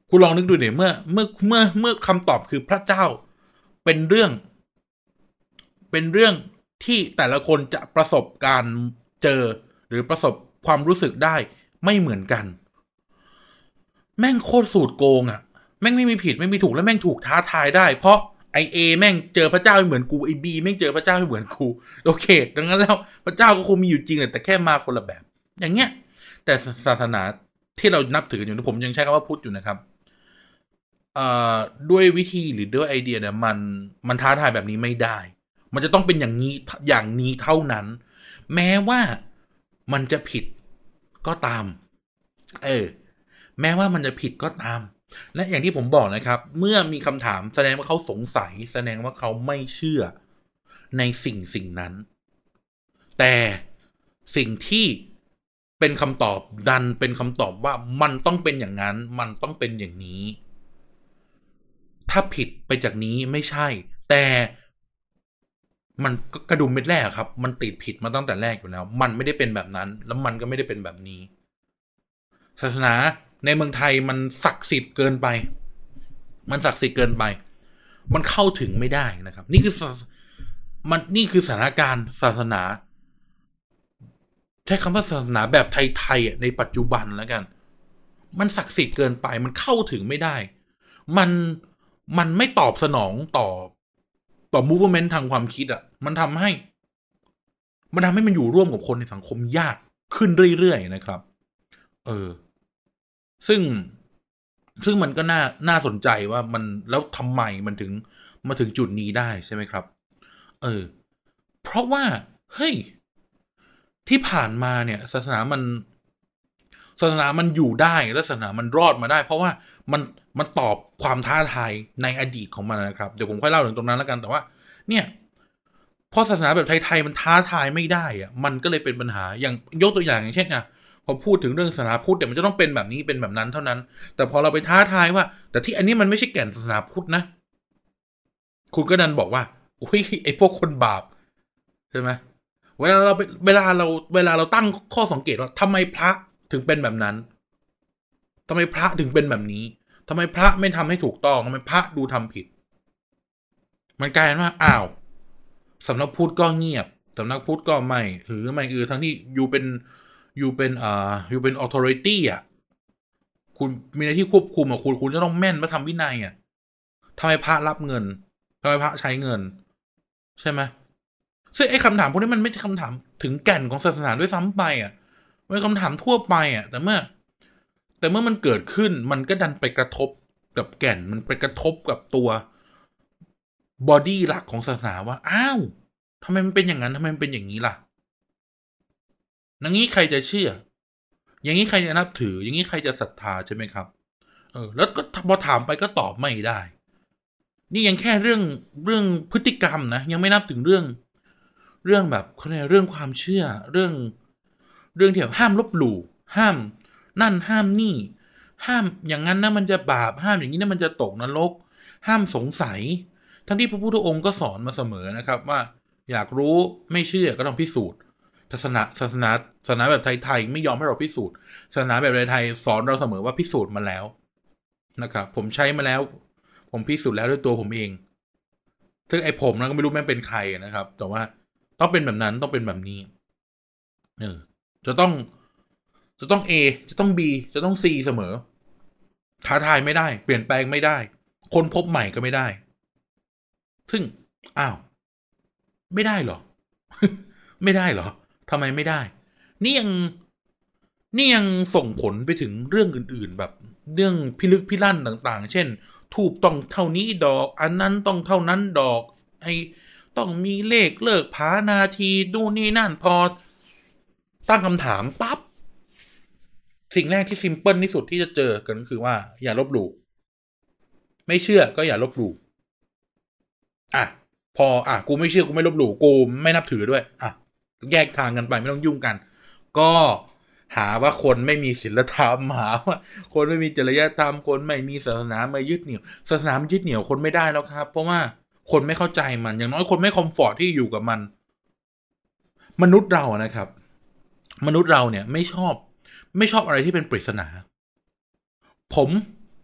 คุณลองนึกดูดิเมื่อเมื่อเมื่อเมื่อคำตอบคือพระเจ้าเป็นเรื่องเป็นเรื่องที่แต่ละคนจะประสบการณ์เจอหรือประสบความรู้สึกได้ไม่เหมือนกันแม่งโคตรสูตรโกงอ่ะแม่งไม่มีผิดไม่มีถูกและแม่งถูกท้าทายได้เพราะไอเอแม่งเจอพระเจ้าไม่เหมือนกูไอบีแม่งเจอพระเจ้าไม่เหมือนกูโอเคดังนั้นแล้วพระเจ้าก็คงมีอยู่จริงแต่แค่มาคนละแบบอย่างเงี้ยแต่ศาสนาที่เรานับถืออยู่นะผมยังใช้คำว่าพุทธอยู่นะครับเอ่อด้วยวิธีหรือด้วยไอเดียเนี่ยมันมันท้าทายแบบนี้ไม่ได้มันจะต้องเป็นอย่างนี้อย่างนี้เท่านั้นแม้ว่ามันจะผิดก็ตามเออแม้ว่ามันจะผิดก็ตามและอย่างที่ผมบอกนะครับเมื่อมีคำถามแสดงว่าเขาสงสัยแสดงว่าเขาไม่เชื่อในสิ่งสิ่งนั้นแต่สิ่งที่เป็นคำตอบดันเป็นคำตอบว่ามันต้องเป็นอย่างนั้นมันต้องเป็นอย่างนี้ถ้าผิดไปจากนี้ไม่ใช่แต่มันกระดุมเม็ดแรกครับมันติดผิดมาตั้งแต่แรกอยู่แล้วมันไม่ได้เป็นแบบนั้นแล้วมันก็ไม่ได้เป็นแบบนี้ศาสนาในเมืองไทยมันศักดิ์สิทธิ์เกินไปมันศักดิ์สิทธิ์เกินไปมันเข้าถึงไม่ได้นะครับนี่คือมันนี่คือสถานการณ์ศาสนาใช้คำว่าศาสนาแบบไทยๆในปัจจุบันแล้วกันมันศักดิ์สิทธิ์เกินไปมันเข้าถึงไม่ได้มันมันไม่ตอบสนองต่อต่อ movement ทางความคิดอ่ะมันทำให้มันทำให้มันอยู่ร่วมกับคนในสังคมยากขึ้นเรื่อยๆนะครับเออซึ่งซึ่งมันก็น่าน่าสนใจว่ามันแล้วทำไมมันถึงมาถึงจุดนี้ได้ใช่ไหมครับเออเพราะว่าเฮ้ยที่ผ่านมาเนี่ยศาสนามันศาสนามันอยู่ได้และศาสนามันรอดมาได้เพราะว่ามันมันตอบความท้าทายในอดีตของมันนะครับเดี๋ยวผมค่อยเล่าถึงตรงนั้นแล้วกันแต่ว่าเนี่ยพอศาสนาแบบไทยๆมันท้าทายไม่ได้อะมันก็เลยเป็นปัญหาอย่างยกตัวอย่างอย่างเช่นอ่ะพอพูดถึงเรื่องศาสนาพุทธเนี่ยมันจะต้องเป็นแบบนี้เป็นแบบนั้นเท่านั้นแต่พอเราไปท้าทายว่าแต่ที่อันนี้มันไม่ใช่แก่นศาสนาพุทธนะคุณก็ดันบอกว่าอุ้ยไอพวกคนบาปใช่ไหมเวลาเราเวลาเราเวลาเราตั้งข้อสังเกตว่าทำไมพระถึงเป็นแบบนั้นทำไมพระถึงเป็นแบบนี้ทำไมพระไม่ทำให้ถูกต้องทำไมพระดูทำผิดมันกลายเป็นว่าอ้าวสำนักพุทธก็เงียบสำนักพุทธก็ไม่หรือไม่คือทั้งที่อยู่เป็นอยู่เป็นอ่าอยู่เป็น authority อ่ะคุณมีหน้าที่ควบคุมอ่ะคุณคุณจะต้องแม่นมาทำวินัยอ่ะทำไมพระรับเงินทำไมพระใช้เงินใช่ไหมซึ่งไอ้คำถามพวกนี้มันไม่ใช่คำถามถึงแก่นของศาสนาด้วยซ้ำไปอ่ะมันเป็นคำถามทั่วไปอ่ะแต่เมื่อแต่เมื่อมันเกิดขึ้นมันก็ดันไปกระทบกับแก่นมันไปกระทบกับตัวบอดี้หลักของศาสนาว่าอ้าวทำไมมันเป็นอย่างนั้นทำไมมันเป็นอย่างนี้ล่ะอย่างนี้ใครจะเชื่ออย่างนี้ใครจะนับถืออย่างนี้ใครจะศรัทธาใช่ไหมครับเออแล้วก็พอถามไปก็ตอบไม่ได้นี่ยังแค่เรื่องเรื่องพฤติกรรมนะยังไม่นับถึงเรื่องเรื่องแบบเขาเรียกเรื่องความเชื่อเรื่องเรื่องที่แบบห้ามลบหลู่ห้ามนั่นห้ามนี่ห้ามอย่างนั้นนะมันจะบาปห้ามอย่างนี้นะมันจะตกนรกห้ามสงสัยทั้งที่พระพุทธองค์ก็สอนมาเสมอนะครับว่าอยากรู้ไม่เชื่อก็ต้องพิสูจน์ศาสนาศาสนาศาสนาแบบไทยๆไม่ยอมให้เราพิสูจน์ศาสนาแบบไทยๆสอนเราเสมอว่าพิสูจน์มาแล้วนะครับผมใช้มาแล้วผมพิสูจน์แล้วด้วยตัวผมเองซึ่งไอ้ผมนะก็ไม่รู้แม่งเป็นใครนะครับแต่ว่าต้องเป็นแบบนั้นต้องเป็นแบบนี้เออจะต้องจะต้อง A จะต้อง B จะต้อง C เสมอท้าทายไม่ได้เปลี่ยนแปลงไม่ได้ค้นพบใหม่ก็ไม่ได้ซึ่งอ้าวไม่ได้เหรอ ไม่ได้เหรอทำไมไม่ได้นี่ยังนี่ยังส่งผลไปถึงเรื่องอื่นๆแบบเรื่องพิลึกพิลั่นต่างๆเช่นทูบต้องเท่านี้ดอกอันนั้นต้องเท่านั้นดอกไอ้ต้องมีเลขเลิกผานาทีดูนี่นั่นพอตั้งคำถามปั๊บสิ่งแรกที่ซิมเพิลที่สุดที่จะเจอกันก็คือว่าอย่าลบหลู่ไม่เชื่อก็อย่าลบหลู่อ่ะพออ่ะกูไม่เชื่อกูไม่ลบหลู่กูไม่นับถือด้วยอ่ะแยกทางกันไปไม่ต้องยุ่งกันก็หาว่าคนไม่มีศีลธรรมหาว่าคนไม่มีจริยธรรมคนไม่มีศาสนามายึดเหนี่ยวศาสนามันยึดเหนี่ยวคนไม่ได้แล้วครับเพราะว่าคนไม่เข้าใจมันอย่างน้อยคนไม่คอมฟอร์ตที่อยู่กับมันมนุษย์เรานะครับมนุษย์เราเนี่ยไม่ชอบไม่ชอบอะไรที่เป็นปริศนาผม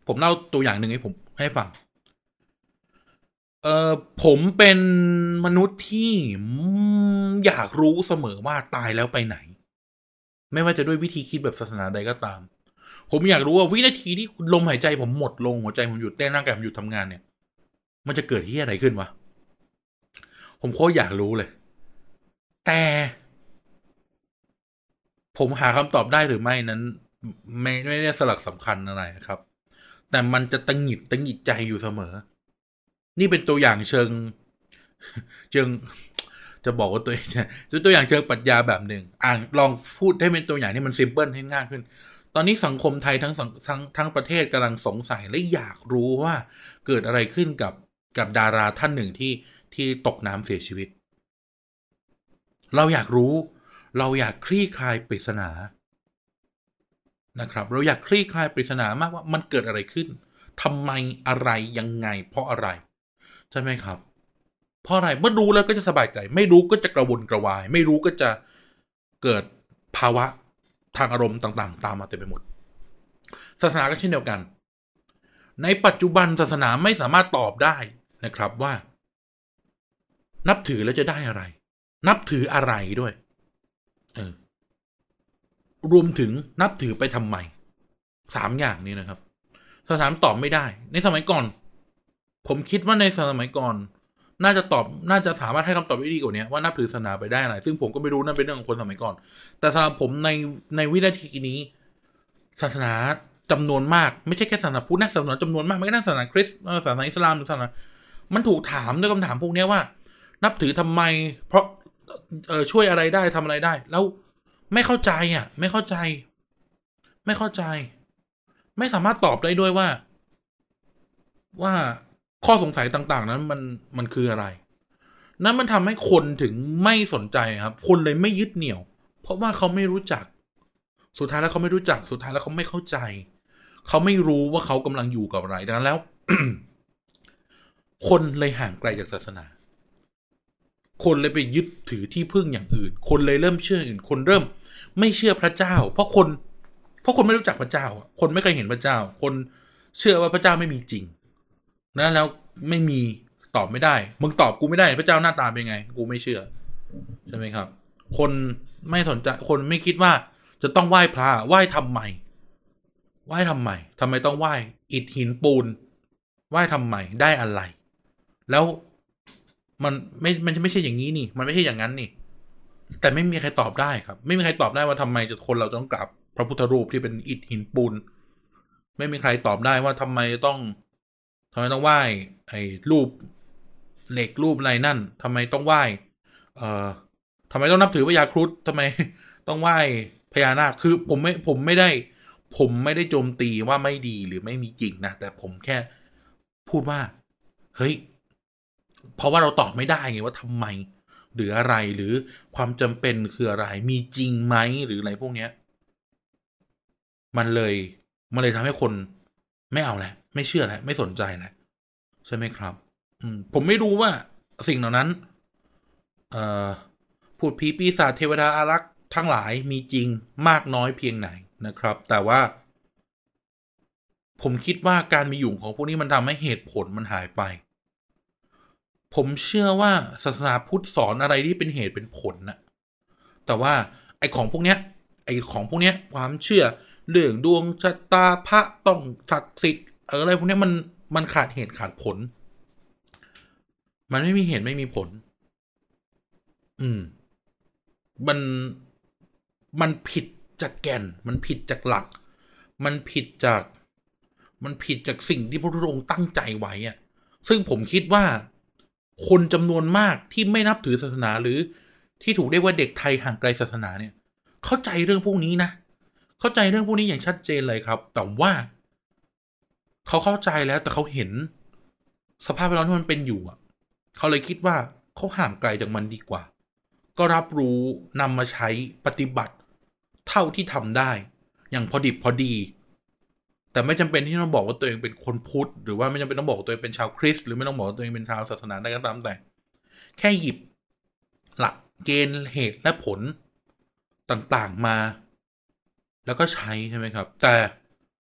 ผมเล่าตัวอย่างหนึ่งให้ผมให้ฟังเออผมเป็นมนุษย์ที่อยากรู้เสมอว่าตายแล้วไปไหนไม่ว่าจะด้วยวิธีคิดแบบศาสนาใดก็ตามผมอยากรู้ว่าวินาทีที่ลมหายใจผมหมดลงหัวใจผมหยุดเต้นร่างกายผมหยุดทำงานเนี่ยมันจะเกิดที่อะไรขึ้นวะผมโคตรอยากรู้เลยแต่ผมหาคำตอบได้หรือไม่นั้นไม่ไม่ได้สลักสำคัญอะไรครับแต่มันจะตังหงิดตังหงิดใจอยู่เสมอนี่เป็นตัวอย่างเชิงเชิงจะบอกว่าตัวเองจะตัวอย่างเชิงปรัชญาแบบหนึ่งอ่านลองพูดให้เป็นตัวอย่างที่มันซิมเพิลให้ง่ายขึ้นตอนนี้สังคมไทยทั้งทั้งทั้งประเทศกำลังสงสัยและอยากรู้ว่าเกิดอะไรขึ้นกับกับดาราท่านหนึ่งที่ที่ตกน้ำเสียชีวิตเราอยากรู้เราอยากคลี่คลายปริศนานะครับเราอยากคลี่คลายปริศนามากว่ามันเกิดอะไรขึ้นทำไมอะไรยังไงเพราะอะไรใช่ไหมครับเพราะอะไรเมื่อรู้แล้วก็จะสบายใจไม่รู้ก็จะกระวนกระวายไม่รู้ก็จะเกิดภาวะทางอารมณ์ต่างๆตามมาเต็มไปหมดศาสนาก็เช่นเดียวกันในปัจจุบันศาสนาไม่สามารถตอบได้นะครับว่านับถือแล้วจะได้อะไรนับถืออะไรด้วยเออรวมถึงนับถือไปทำไมสามอย่างนี้นะครับศาสนาตอบไม่ได้ในสมัยก่อนผมคิดว่าในสมัยก่อนน่าจะตอบน่าจะสามารถให้คำตอบได้ดีกว่านี้ว่านับถือศาสนาไปได้อะไรซึ่งผมก็ไม่รู้นั่นเป็นเรื่องของคนสมัยก่อนแต่สำหรับผมในในวินาทีนี้ศาสนาจำนวนมากไม่ใช่แค่ศาสนาพุทธนะศาสนาจำนวนมากไม่ใช่ศาสนาคริสต์ศาสนาอิสลามหรือศาสนามันถูกถามด้วยคำถามพวกนี้ว่านับถือทำไมเพราะเออช่วยอะไรได้ทำอะไรได้แล้วไม่เข้าใจอ่ะไม่เข้าใจไม่เข้าใจไม่สามารถตอบได้ด้วยว่าว่าข้อสงสัยต่างๆนั้นมันมันคืออะไรนั้นมันทำให้คนถึงไม่สนใจครับคนเลยไม่ยึดเหนี่ยวเพราะว่าเขาไม่รู้จักสุดท้ายแล้วเขาไม่รู้จักสุดท้ายแล้วเขาไม่เข้าใจเขาไม่รู้ว่าเขากำลังอยู่กับอะไรดังนั้นแล้ว คนเลยห่างไกลจากศาสนาคนเลยไปยึดถือที่พึ่งอย่างอื่นคนเลยเริ่มเชื่ออื่นคนเริ่มไม่เชื่อพระเจ้าเพราะคนเพราะคนไม่รู้จักพระเจ้าคนไม่เคยเห็นพระเจ้าคนเชื่อว่าพระเจ้าไม่มีจริงนั้นแล้วไม่มีตอบไม่ได้มึงตอบกูไม่ได้พระเจ้าหน้าตาเป็นไงกูไม่เชื่อใช่ไหมครับคนไม่สนใจคนไม่คิดว่าจะต้องไหว้พระไหว้ทำไมไหว้ทำไมทำไมต้องไหว้อิฐหินปูนไหว้ทำไมได้อะไรแล้วมันไม่มันไม่ใช่อย่างนี้นี่มันไม่ใช่อย่างนั้นนี่แต่ไม่มีใครตอบได้ครับไม่มีใครตอบได้ว่าทำไมจะคนเราต้องกราบพระพุทธรูปที่เป็นอิฐหินปูนไม่มีใครตอบได้ว่าทำไมต้องทำไมต้องไหว้ไอ้รูปเหล็กรูปอะไรนั่นทำไมต้องไหว้เอ่อทำไมต้องนับถือพญาครุฑทำไมต้องไหว้พญานาคคือผมไม่ผมไม่ได้ผมไม่ได้โจมตีว่าไม่ดีหรือไม่มีจริงนะแต่ผมแค่พูดว่าเฮ้ยเพราะว่าเราตอบไม่ได้ไงว่าทำไมหรืออะไรหรือความจำเป็นคืออะไรมีจริงไหมหรืออะไรพวกเนี้ยมันเลยมันเลยทำให้คนไม่เอาแหละไม่เชื่อแหละไม่สนใจแหละใช่ไหมครับอืมผมไม่รู้ว่าสิ่งเหล่านั้นเอ่อพูดผีปีศาจเทวดาอารักษ์ทั้งหลายมีจริงมากน้อยเพียงไหนนะครับแต่ว่าผมคิดว่าการมีอยู่ของพวกนี้มันทำให้เหตุผลมันหายไปผมเชื่อว่าศาสนาพุทธสอนอะไรที่เป็นเหตุเป็นผลนะแต่ว่าไอ้ของพวกเนี้ยไอ้ของพวกเนี้ยความเชื่อเรื่องดวงชะตาพระต้องศักดิ์สิทธิ์อะไรพวกเนี้ยมันมันขาดเหตุขาดผลมันไม่มีเหตุไม่มีผลอืมมันมันผิดจากแก่นมันผิดจากหลักมันผิดจากมันผิดจากสิ่งที่พระพุทธองค์ตั้งใจไว้อะซึ่งผมคิดว่าคนจำนวนมากที่ไม่นับถือศาสนาหรือที่ถูกเรียกว่าเด็กไทยห่างไกลศาสนาเนี่ยเข้าใจเรื่องพวกนี้นะเข้าใจเรื่องพวกนี้อย่างชัดเจนเลยครับแต่ว่าเขาเข้าใจแล้วแต่เขาเห็นสภาพแวดล้อมที่มันเป็นอยู่อ่ะเขาเลยคิดว่าเขาห่างไกลจากมันดีกว่าก็รับรู้นำมาใช้ปฏิบัติเท่าที่ทำได้อย่างพอดิบพอดีแต่ไม่จำเป็นที่ต้องบอกว่าตัวเองเป็นคนพุทธหรือว่าไม่จำเป็นต้องบอกตัวเองเป็นชาวคริสต์หรือไม่ต้องบอกว่าตัวเองเป็นชาวศาสนาใดก็ตามแต่แค่หยิบหลักเกณฑ์เหตุและผลต่างๆมาแล้วก็ใช้ใช่ไหมครับแต่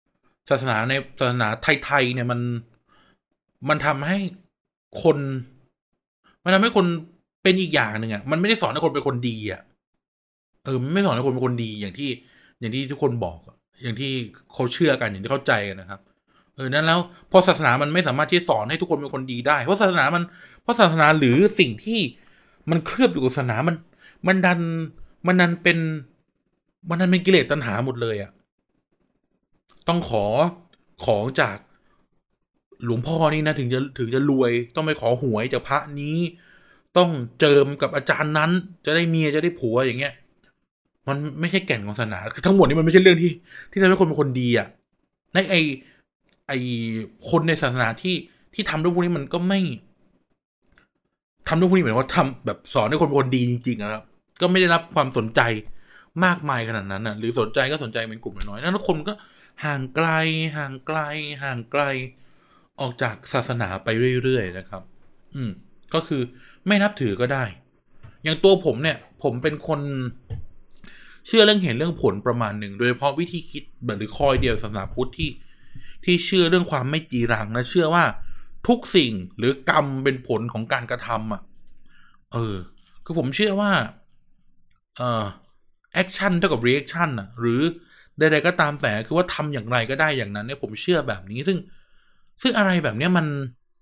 ศาสนาในศาสนาไทยๆเนี่ยมันมันทำให้คน มันทำให้คนเป็นอีกอย่างหนึ่งอ่ะมันไม่ได้สอนให้คนเป็นคนดีอ่ะเออไม่สอนให้คนเป็นคนดีอย่างที่อย่างที่ทุกคนบอกอย่างที่เขาเชื่อกันอย่างที่เข้าใจกันนะครับเออนั้นแล้วพอศาสนามันไม่สามารถที่สอนให้ทุกคนเป็นคนดีได้เพราะศาสนามันเพราะศาสนาหรือสิ่งที่มันเคลือบอยู่กับศาสนามันมันดันมันดันเป็นมันดันเป็นกิเลสตัณหาหมดเลยอ่ะต้องขอของจากหลวงพ่อนี่นะถึงจะถึงจะรวยต้องไปขอหวยจากพระนี้ต้องเจิมกับอาจารย์นั้นจะได้เมียจะได้ผัวอย่างเงี้ยมันไม่ใช่แก่นของศาสนาคือทั้งหมดนี้มันไม่ใช่เรื่องที่ที่ทำให้คนเป็นคนดีอ่ะในไอไอคนในศาสนาที่ที่ทำเรื่องพวกนี้มันก็ไม่ทำเรื่องพวกนี้เหมือนว่าทำแบบสอนให้คนเป็นคนดีจริงๆนะครับก็ไม่ได้รับความสนใจมากมายขนาดนั้นนะหรือสนใจก็สนใจเป็นกลุ่มน้อยๆนั้นคนก็ห่างไกลห่างไกลห่างไกลออกจากศาสนาไปเรื่อยๆนะครับอืมก็คือไม่นับถือก็ได้อย่างตัวผมเนี่ยผมเป็นคนเชื่อเรื่องเห็นเรื่องผลประมาณหนึ่งโดยเฉพาะวิธีคิดหรือคอยเดียวศาสนาพุทธที่ที่เชื่อเรื่องความไม่จีรังนะเชื่อว่าทุกสิ่งหรือกรรมเป็นผลของการกระทำอ่ะเออคือผมเชื่อว่าเอ่อแอคชั่นเท่ากับรีแอคชั่นอ่ะหรือใดๆก็ตามแต่คือว่าทำอย่างไรก็ได้อย่างนั้นเนี่ยผมเชื่อแบบนี้ซึ่งซึ่งอะไรแบบเนี้ยมัน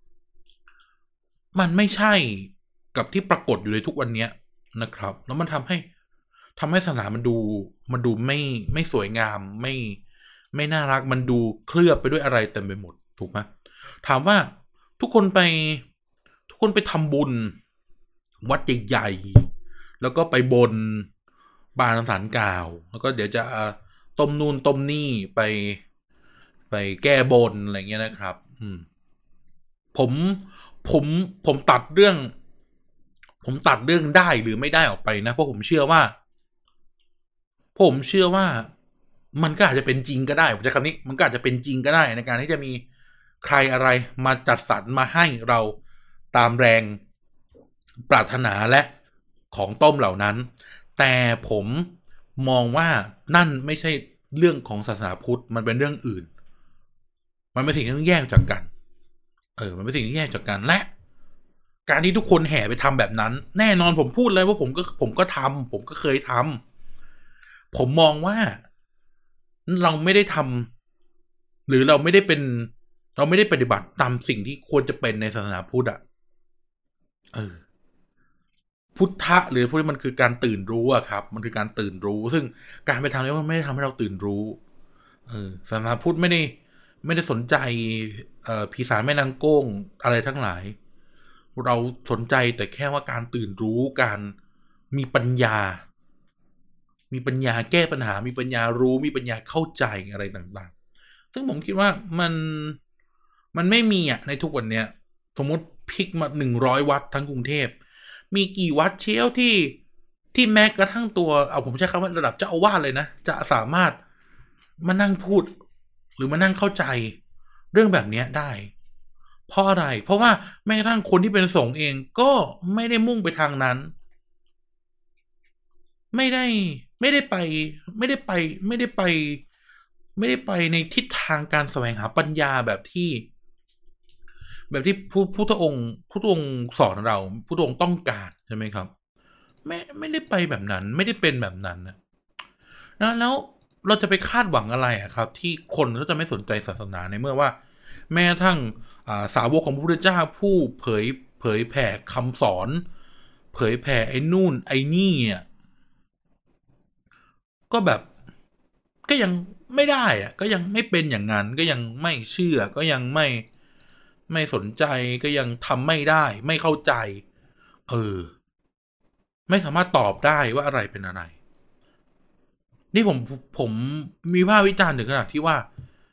มันไม่ใช่กับที่ปรากฏอยู่ในทุกวันนี้นะครับแล้วมันทำให้ทำให้ศาสนามันดูมันดูไม่ไม่สวยงามไม่ไม่น่ารักมันดูเคลือบไปด้วยอะไรเต็มไปหมดถูกไหมถามว่าทุกคนไปทุกคนไปทำบุญวัดใหญ่ๆแล้วก็ไปบนบานสารกล่าวแล้วก็เดี๋ยวจะต้มนู่นต้มนี่ไปไปแก้บนอะไรเงี้ยนะครับอืมผมผมผมตัดเรื่องผมตัดเรื่องได้หรือไม่ได้ออกไปนะเพราะผมเชื่อว่าผมเชื่อว่ามันก็อาจจะเป็นจริงก็ได้ผมใช้คำนี้มันก็อาจจะเป็นจริงก็ได้ในการที่จะมีใครอะไรมาจัดสรรมาให้เราตามแรงปรารถนาและของต้มเหล่านั้นแต่ผมมองว่านั่นไม่ใช่เรื่องของศาสนาพุทธมันเป็นเรื่องอื่นมันเป็นสิ่งที่ต้องแยกจากกันเออมันเป็นสิ่งที่แยกจากกันและการที่ทุกคนแห่ไปทำแบบนั้นแน่นอนผมพูดเลยว่าผมก็ผมก็ทำผมก็เคยทำผมมองว่าเราไม่ได้ทำหรือเราไม่ได้เป็นเราไม่ได้ปฏิบัติตามสิ่งที่ควรจะเป็นในศาสนาพุทธอ่ะเออพุทธะหรือพวกนี้มันคือการตื่นรู้อะครับมันคือการตื่นรู้ซึ่งการไปทำนี้มันไม่ได้ทำให้เราตื่นรู้เออศาสนาพุทธไม่ได้ไม่ได้สนใจเอ่อผีสางแม่นางโก้งอะไรทั้งหลายเราสนใจแต่แค่ว่าการตื่นรู้การมีปัญญามีปัญญาแก้ปัญหามีปัญญารู้มีปัญญาเข้าใจอะไรต่างๆซึ่งผมคิดว่ามันมันไม่มีอ่ะในทุกวันเนี้ยสมมติพิกมาหนึ่งร้อยวัดทั้งกรุงเทพมีกี่วัดเชี่ยวที่ที่แม้กระทั่งตัวเอาผมใช้คำว่าระดับเจ้าอาวาสเลยนะจะสามารถมานั่งพูดหรือมานั่งเข้าใจเรื่องแบบนี้ได้เพราะอะไรเพราะว่าแม้กระทั่งคนที่เป็นสงฆ์เองก็ไม่ได้มุ่งไปทางนั้นไม่ได้ไม่ได้ไปไม่ได้ไปไม่ได้ไปไม่ได้ไปในทิศทางการแสวงหาปัญญาแบบที่แบบที่ผู้พุทธองค์พุทธองค์สอนเราพุทธองค์ต้องการใช่ไหมครับไม่ไม่ได้ไปแบบนั้นไม่ได้เป็นแบบนั้นนะนะแล้วเราจะไปคาดหวังอะไรอะครับที่คนเขาจะไม่สนใจศาสนาในเมื่อว่าแม้ทั้งสาวกของพระพุทธเจ้าผู้เผยเผยแผ่คำสอนเผยแผ่ไอ้นู่นไอ้นี่เนี่ยก็แบบก็ยังไม่ได้อะก็ยังไม่เป็นอย่างนั้นก็ยังไม่เชื่อก็ยังไม่ไม่สนใจก็ยังทำไม่ได้ไม่เข้าใจเออไม่สามารถตอบได้ว่าอะไรเป็นอะไรนี่ผมผมมีภาพวิจารณ์ถึงขนาดที่ว่า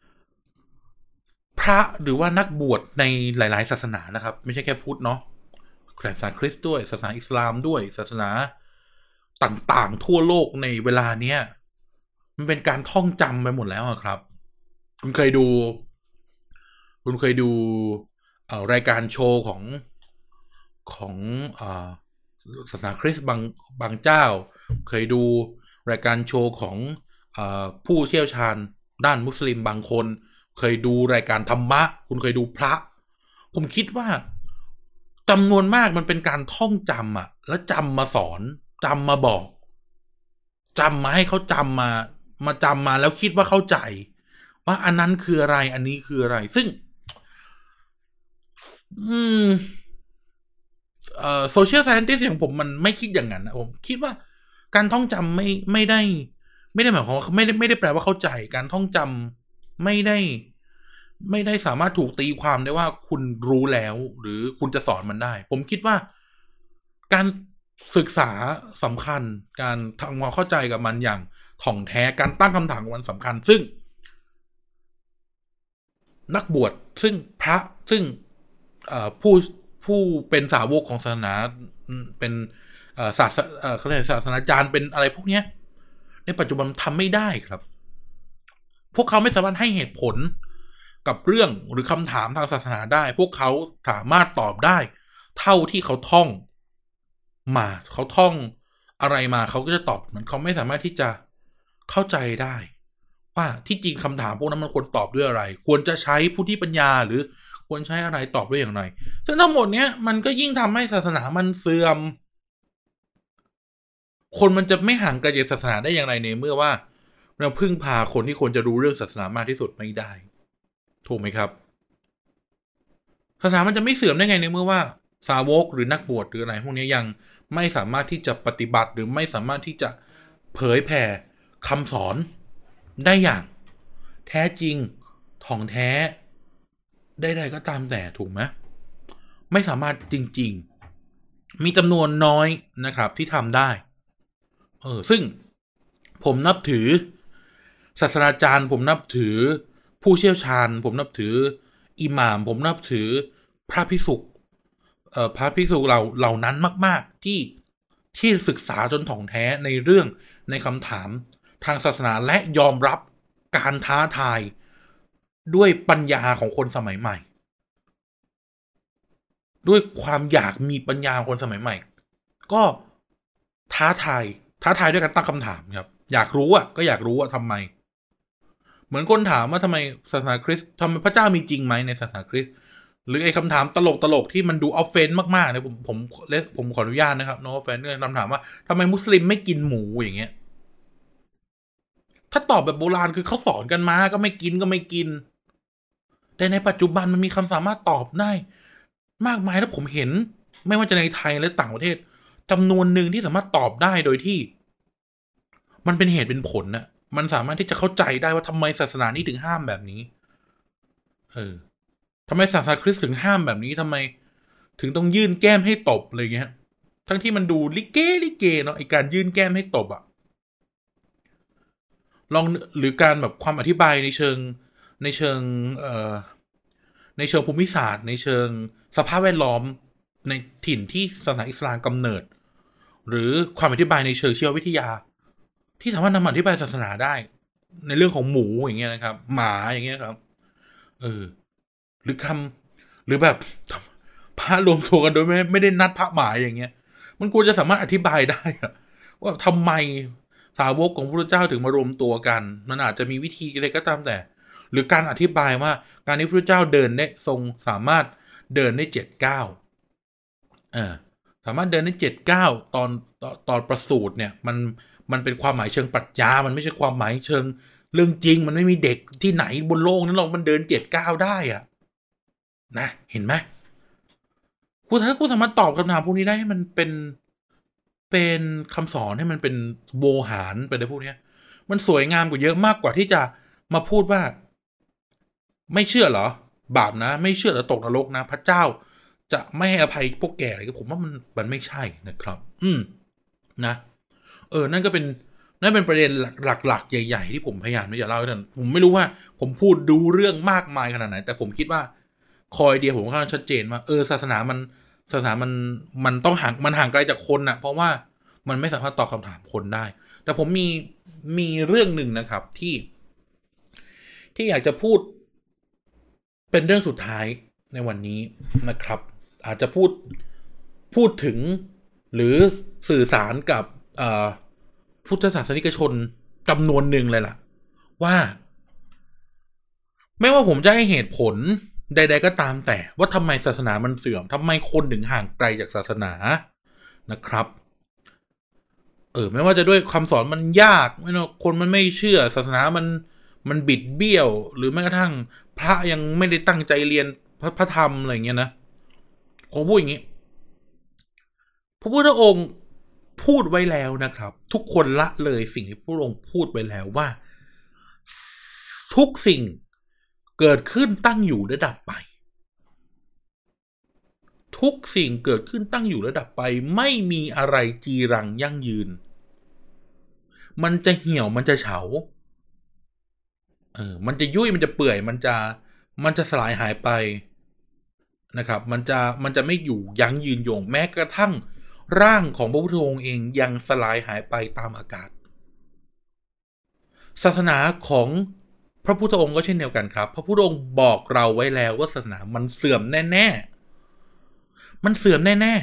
พระหรือว่านักบวชในหลายๆศาสนานะครับไม่ใช่แค่พุทธเนาะศาสนาคริสต์ด้วยศาสนาอิสลามด้วยศาสนาต่างๆทั่วโลกในเวลาเนี้ยมันเป็นการท่องจำไปหมดแล้วครับคุณเคยดูคุณเคยดูเอ่อรายการโชว์ของของเอ่อศาสนาคริสต์บางบางเจ้าเคยดูรายการโชว์ของเอ่อผู้เชี่ยวชาญด้านมุสลิมบางคนเคยดูรายการธรรมะคุณเคยดูพระผมคิดว่าจำนวนมากมันเป็นการท่องจำอะแล้วจำมาสอนจำมาบอกจำมาให้เขาจำมามาจำมาแล้วคิดว่าเข้าใจว่าอันนั้นคืออะไรอันนี้คืออะไรซึ่งอืมเอ่อโซเชียลไซเอนติสต์อย่างผมมันไม่คิดอย่างนั้นนะผมคิดว่าการท่องจำไม่ไม่ได้ไม่ได้หมายความว่าไม่ได้ไม่ได้แปลว่าเข้าใจการท่องจำไม่ได้ไม่ได้สามารถถูกตีความได้ว่าคุณรู้แล้วหรือคุณจะสอนมันได้ผมคิดว่าการศึกษาสำคัญการทำความเข้าใจกับมันอย่างถ่องแท้การตั้งคำถามกับมันสำคัญซึ่งนักบวชซึ่งพระซึ่งผู้ผู้เป็นสาวกของศาสนาเป็นศาสเขาเรียกศาสนาจารย์เป็นอะไรพวกเนี้ยในปัจจุบันทำไม่ได้ครับพวกเขาไม่สามารถให้เหตุผลกับเรื่องหรือคำถามทางศาสนาได้พวกเขาสามารถตอบได้เท่าที่เขาท่องมาเขาท่องอะไรมาเขาก็จะตอบเหมือนเขาไม่สามารถที่จะเข้าใจได้ว่าที่จริงคำถามพวกนั้นมันควรตอบด้วยอะไรควรจะใช้ผู้ที่ปัญญาหรือควรใช้อะไรตอบด้วยอย่างไรซึ่งทั้งหมดเนี้ยมันก็ยิ่งทำให้ศาสนามันเสื่อมคนมันจะไม่ห่างไกลจากศาสนาได้อย่างไรในเมื่อว่าเราพึ่งพาคนที่ควรจะรู้เรื่องศาสนามากที่สุดไม่ได้ถูกไหมครับศาสนามันจะไม่เสื่อมได้ไงในเมื่อว่าสาวกหรือนักบวชหรืออะไรพวกนี้ยังไม่สามารถที่จะปฏิบัติหรือไม่สามารถที่จะเผยแผ่คำสอนได้อย่างแท้จริงถ่องแท้ได้ใดก็ตามแต่ถูกไหมไม่สามารถจริงๆมีจำนวนน้อยนะครับที่ทำได้เออซึ่งผมนับถือศาสตราจารย์ผมนับถือผู้เชี่ยวชาญผมนับถืออิหม่ามผมนับถือพระภิกษุเอ่อพระภิกษุเหล่าเหล่านั้นมากๆที่ที่ศึกษาจนถ่องแท้ในเรื่องในคำถามทางศาสนาและยอมรับการท้าทายด้วยปัญญาของคนสมัยใหม่ด้วยความอยากมีปัญญาคนสมัยใหม่ก็ท้าทายท้าทายด้วยการตั้งคำถามครับอยากรู้อ่ะก็อยากรู้ว่าทำไมเหมือนคนถามว่าทำไมศาสนาคริสต์ทำไมพระเจ้ามีจริงไหมในศาสนาคริสต์หรือไอ้คำถามตลกตลกที่มันดูออฟเฟนส์มากๆเนี่ยผมผมเลสผมขออนุญาตนะครับโนออฟเฟนส์เนี่ยคำถามว่าทำไมมุสลิมไม่กินหมูอย่างเงี้ยถ้าตอบแบบโบราณคือเขาสอนกันมาก็ไม่กินก็ไม่กินแต่ในปัจจุบันมันมีคำสามารถตอบได้มากมายแล้วผมเห็นไม่ว่าจะในไทยและต่างประเทศจำนวนหนึ่งที่สามารถตอบได้โดยที่มันเป็นเหตุเป็นผลน่ะมันสามารถที่จะเข้าใจได้ว่าทำไมศาสนานี้ถึงห้ามแบบนี้เออทำไมศาสนาคริสต์ถึงห้ามแบบนี้ทำไมถึงต้องยื่นแก้มให้ตบอะไรเงี้ยทั้งที่มันดูลิเกลิเกเนาะไอการยื่นแก้มให้ตบอะลองหรือการแบบความอธิบายในเชิงในเชิงเอ่อในเชิงภูมิศาสตร์ในเชิงสภาพแวดล้อมในถิ่นที่ศาสนาอิสลามกำเนิดหรือความอธิบายในเชิงชีววิทยาที่สามารถนำมาอธิบายศาสนาได้ในเรื่องของหมูอย่างเงี้ยนะครับหมาอย่างเงี้ยครับเออหรือคำหรือแบบพระรวมตัวกันโดยไม่ไม่ได้นัดพระหมายอย่างเงี้ยมันควรจะสามารถอธิบายได้ว่าทำไมสาวกของพระพุทธเจ้าถึงมารวมตัวกันมันอาจจะมีวิธีอะไรก็ตามแต่หรือการอธิบายว่าการที่พระพุทธเจ้าเดินได้ทรงสามารถเดินได้เจ็ดเก้าเออสามารถเดินได้เจ็ดเก้าตอนตอนประสูติเนี่ยมันมันเป็นความหมายเชิงปรัชญามันไม่ใช่ความหมายเชิงเรื่องจริงมันไม่มีเด็กที่ไหนบนโลกนั้นหรอกมันเดินเจ็ดเก้าได้อะนะเห็นไหมครูถ้าครูสามารถตอบคำถามพวกนี้ได้ให้มันเป็นเป็นคำสอนให้มันเป็นโวหารไปในพวกนี้มันสวยงามกว่าเยอะมากกว่าที่จะมาพูดว่าไม่เชื่อเหรอบาปนะไม่เชื่อแล้วตกนรกนะพระเจ้าจะไม่ให้อภัยพวกแกอะไรก็ผมว่ามันมันไม่ใช่นะครับ อืมนะเออนั่นก็เป็นนั่นเป็นประเด็นหลักๆใหญ่ๆที่ผมพยายามที่จะเล่าให้ท่านผมไม่รู้ว่าผมพูดดูเรื่องมากมายขนาดไหนแต่ผมคิดว่าคอยเดียวผมค่อนข้างชัดเจนว่าเออศาสนามันศาสนามันมันต้องห่างมันห่างไกลจากคนน่ะเพราะว่ามันไม่สามารถตอบคำถามคนได้แต่ผมมีมีเรื่องหนึ่งนะครับที่ที่อยากจะพูดเป็นเรื่องสุดท้ายในวันนี้นะครับอาจจะพูดพูดถึงหรือสื่อสารกับพุทธศาสนิกชนจำนวนหนึ่งเลยล่ะว่าไม่ว่าผมจะให้เหตุผลใดๆก็ตามแต่ว่าทำไมศาสนามันเสื่อมทำไมคนถึงห่างไกลจากศาสนานะครับเออไม่ว่าจะด้วยคำสอนมันยากไม่ว่าคนมันไม่เชื่อศาสนามันมันบิดเบี้ยวหรือแม้กระทั่งพระยังไม่ได้ตั้งใจเรียนพระพระธรรมอะไรเงี้ยนะผมพูดอย่างนี้พระพุทธองค์พูดไว้แล้วนะครับทุกคนละเลยสิ่งที่พระองค์พูดไว้แล้วว่าทุกสิ่งเกิดขึ้นตั้งอยู่และดับไปทุกสิ่งเกิดขึ้นตั้งอยู่และดับไปไม่มีอะไรจีรังยั่งยืนมันจะเหี่ยวมันจะเฉาเออมันจะยุ่ยมันจะเปื่อยมันจะมันจะสลายหายไปนะครับมันจะมันจะไม่อยู่ยั้งยืนยงแม้กระทั่งร่างของพระพุทธองค์เองยังสลายหายไปตามอากาศศาสนาของพระพุทธองค์ก็เช่นเดียวกันครับพระพุทธองค์บอกเราไว้แล้วว่าศาสนามันเสื่อมแน่ๆมันเสื่อมแน่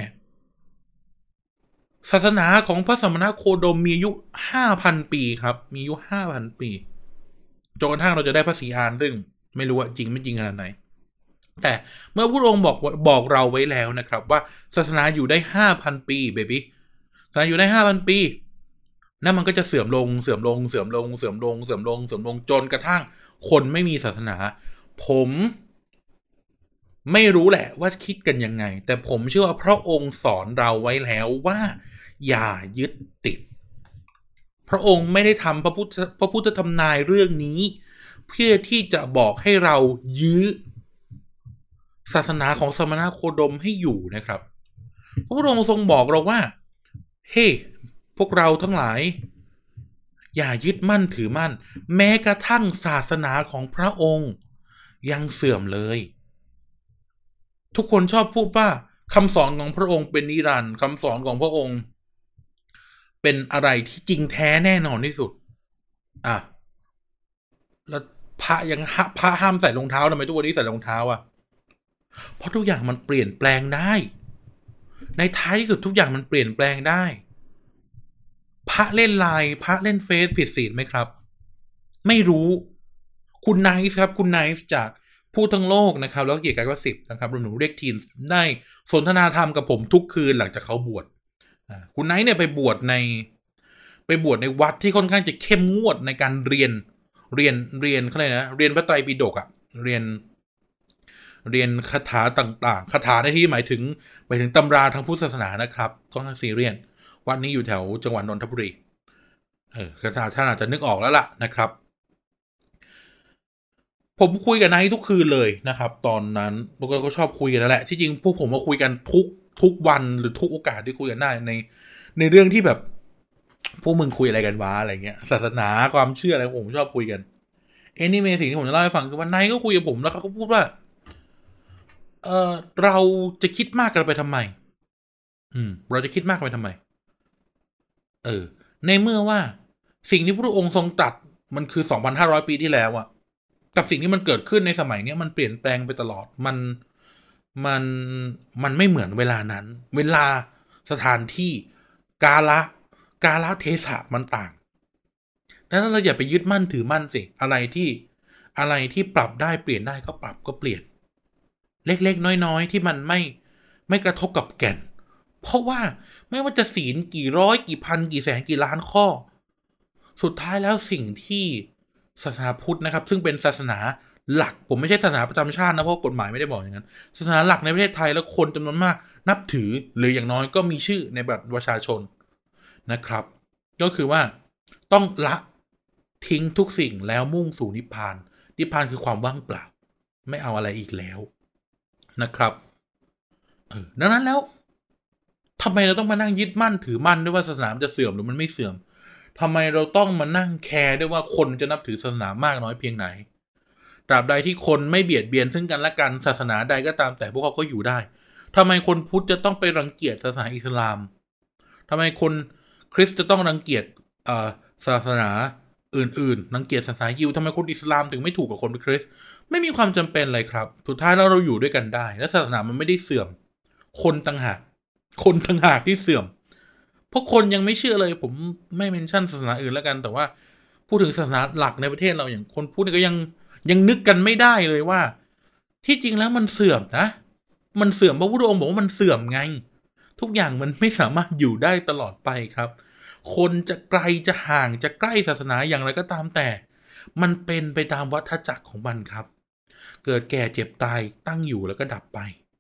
ๆศาสนาของพระสมณโคดมมีอายุ ห้าพัน ปีครับมีอายุ ห้าพัน ปีจนกระทั่งเราจะได้พระศรีอานซึ่งไม่รู้ว่าจริงไม่จริงขนาดไหนแต่เมื่อพระองค์บอกบอกเราไว้แล้วนะครับว่าศาสนาอยู่ได้ ห้าพัน ปีเบบี้ศาสนาอยู่ได้ ห้าพัน ปีนั่นมันก็จะเสื่อมลงเสื่อมลงเสื่อมลงเสื่อมลงเสื่อมลงเสื่อมลงจนกระทั่งคนไม่มีศาสนาผมไม่รู้แหละว่าคิดกันยังไงแต่ผมเชื่อว่าพระองค์สอนเราไว้แล้วว่าอย่ายึดติดพระองค์ไม่ได้ทำพระพุทธพระพุทธธรรมนายเรื่องนี้เพื่อที่จะบอกให้เรายื้อศาสนาของสมณโคดมให้อยู่นะครับพระพุทธองค์ทรงบอกเราว่าเฮ้ hey, พวกเราทั้งหลายอย่ายึดมั่นถือมั่นแม้กระทั่งศาสนาของพระองค์ยังเสื่อมเลยทุกคนชอบพูดว่าคำสอนของพระองค์เป็นนิรันดร์คำสอนของพระองค์เป็นอะไรที่จริงแท้แน่นอนที่สุดอ่ะแล้วพระยังพระห้ามใส่รองเท้าทำไมทุกวันนี้ใส่รองเท้าอ่ะเพราะทุกอย่างมันเปลี่ยนแปลงได้ในท้ายที่สุดทุกอย่างมันเปลี่ยนแปลงได้พระเล่นไลน์พระเล่นเฟซผิดศีลไหมครับไม่รู้คุณไนซ์ครับคุณไนซ์จากพูดทั้งโลกนะครับแล้วก็เกียรติกายก็สิบนะครับรวมถึงเรียกทีมได้สนทนาธรรมกับผมทุกคืนหลังจากเขาบวชคุณไนซ์เนี่ยไปบวชในไปบวชในวัดที่ค่อนข้างจะเข้มงวดในการเรียนเรียนเรียนเขาเลยนะเรียนพระไตรปิฎกอะเรียนเรียนคาถาต่างๆคาถาในที่หมายถึงหมายถึงตำราทางพุทธศาสนานะครับค่อนข้างซีเรียสวัดนี้อยู่แถวจังหวัดนนทบุรีเออคาถาท่านอาจจะนึกออกแล้วล่ะนะครับผมคุยกับนายทุกคืนเลยนะครับตอนนั้นพวกเราก็ชอบคุยกันนั่นแหละที่จริงพวกผมก็คุยกันทุกทุกวันหรือทุกโอกาสที่คุยกันได้ในในเรื่องที่แบบพวกมึงคุยอะไรกันวะอะไรเงี้ยศาสนาความเชื่ออะไรผมชอบคุยกันเอนี่เมสิ่งที่ผมจะเล่าให้ฟังคือว่านายก็คุยกับผมแล้วเขาก็พูดว่าเออเราจะคิดมากกันไปทำไมอืมเราจะคิดมากกันไปทำไมเออในเมื่อว่าสิ่งที่พระองค์ทรงตรัสมันคือ สองพันห้าร้อย ปีที่แล้วอะกับสิ่งที่มันเกิดขึ้นในสมัยนี้มันเปลี่ยนแปลงไปตลอดมันมันมันไม่เหมือนเวลานั้นเวลาสถานที่กาละกาละเทศะมันต่างดังนั้นเราอย่าไปยึดมั่นถือมั่นสิอะไรที่อะไรที่ปรับได้เปลี่ยนได้ก็ปรับก็เปลี่ยนเล็กๆน้อยๆที่มันไม่ไม่กระทบกับแก่นเพราะว่าไม่ว่าจะศีลกี่ร้อยกี่พันกี่แสนกี่ล้านข้อสุดท้ายแล้วสิ่งที่ศาสนาพุทธนะครับซึ่งเป็นศาสนาหลักผมไม่ใช่ศาสนาประจำชาตินะเพราะกฎหมายไม่ได้บอกอย่างนั้นศาสนาหลักในประเทศไทยแล้วคนจำนวนมากนับถือหรืออย่างน้อยก็มีชื่อในบัตรประชาชนนะครับก็คือว่าต้องละทิ้งทุกสิ่งแล้วมุ่งสู่นิพพานนิพพานคือความว่างเปล่าไม่เอาอะไรอีกแล้วนะครับเออดังนั้นแล้วทำไมเราต้องมานั่งยึดมั่นถือมั่นด้วยว่าศาสนาจะเสื่อมหรือมันไม่เสื่อมทำไมเราต้องมานั่งแคร์ด้วยว่าคนจะนับถือศาสนามากน้อยเพียงไหนตราบใดที่คนไม่เบียดเบียนซึ่งกันและกันศาสนาใดก็ตามแต่พวกเขาก็อยู่ได้ทำไมคนพุทธจะต้องไปรังเกียจศาสนาอิสลามทำไมคนคริสต์จะต้องรังเกียจศาสนาอื่นๆรังเกียจศาสนายิวทำไมคนอิสลามถึงไม่ถูกกับคนคริสต์ไม่มีความจำเป็นเลยครับสุดท้ายแล้วเราอยู่ด้วยกันได้และศาสนามันไม่ได้เสื่อมคนต่างหากคนต่างหากที่เสื่อมเพราะคนยังไม่เชื่อเลยผมไม่เมนชั่นศาสนาอื่นแล้วกันแต่ว่าพูดถึงศาสนาหลักในประเทศเราอย่างคนพูดก็ยังยังนึกกันไม่ได้เลยว่าที่จริงแล้วมันเสื่อมนะมันเสื่อมพระพุทธองค์บอกว่ามันเสื่อมไงทุกอย่างมันไม่สามารถอยู่ได้ตลอดไปครับคนจะไกลจะห่างจะใกล้ศาสนาอย่างไรก็ตามแต่มันเป็นไปตามวัฏจักรของมันครับเกิดแก่เจ็บตายตั้งอยู่แล้วก็ดับไป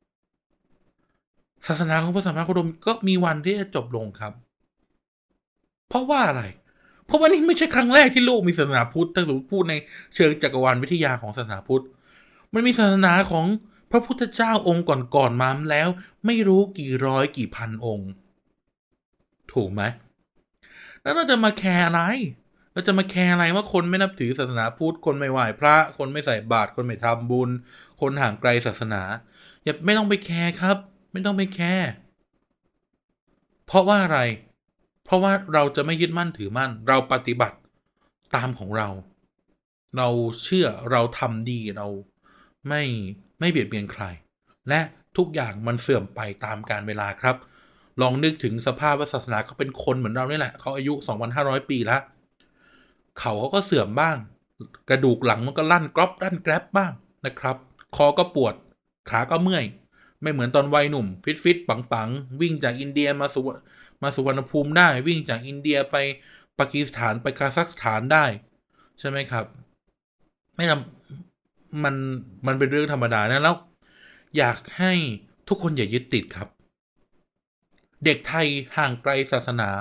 ศาสนาของพระสัมมาสัมพุทธเจ้าก็มีวันที่จะจบลงครับเพราะว่าอะไรเพราะว่านี่ไม่ใช่ครั้งแรกที่โลกมีศาสนาพุทธถ้าสมมติพูดในเชิงจักรวาลวิทยาของศาสนาพุทธมันมีศาสนาของพระพุทธเจ้าองค์ก่อนๆมาแล้วไม่รู้กี่ร้อยกี่พันองค์ถูกไหมแล้วเราจะมาแคร์อะไรเราจะมาแคร์อะไรว่าคนไม่นับถือศาสนาพุทธคนไม่ไหว้พระคนไม่ใส่บาตรคนไม่ทำบุญคนห่างไกลศาสนาอย่าไม่ต้องไปแคร์ครับไม่ต้องไปแคร์เพราะว่าอะไรเพราะว่าเราจะไม่ยึดมั่นถือมั่นเราปฏิบัติตามของเราเราเชื่อเราทำดีเราไม่ไม่เบียดเบียนใครและทุกอย่างมันเสื่อมไปตามกาลเวลาครับลองนึกถึงสภาพว่าศาสนาเขาเป็นคนเหมือนเรานี่แหละเขาอายุ สองพันห้าร้อย ปีแล้วเขาเขาก็เสื่อมบ้างกระดูกหลังมันก็ลั่นกรอบลั่นแกรบบ้างนะครับคอก็ปวดขาก็เมื่อยไม่เหมือนตอนวัยหนุ่มฟิตฟิตปังปังวิ่งจากอินเดียมาสู่มาสุวรรณภูมิได้วิ่งจากอินเดียไปปากีสถานไปคาซัคสถานได้ใช่ไหมครับไม่ทำมันมันเป็นเรื่องธรรมดานะแล้วอยากให้ทุกคนอย่ายึดติดครับเด็กไทยห่างไกลศาสนา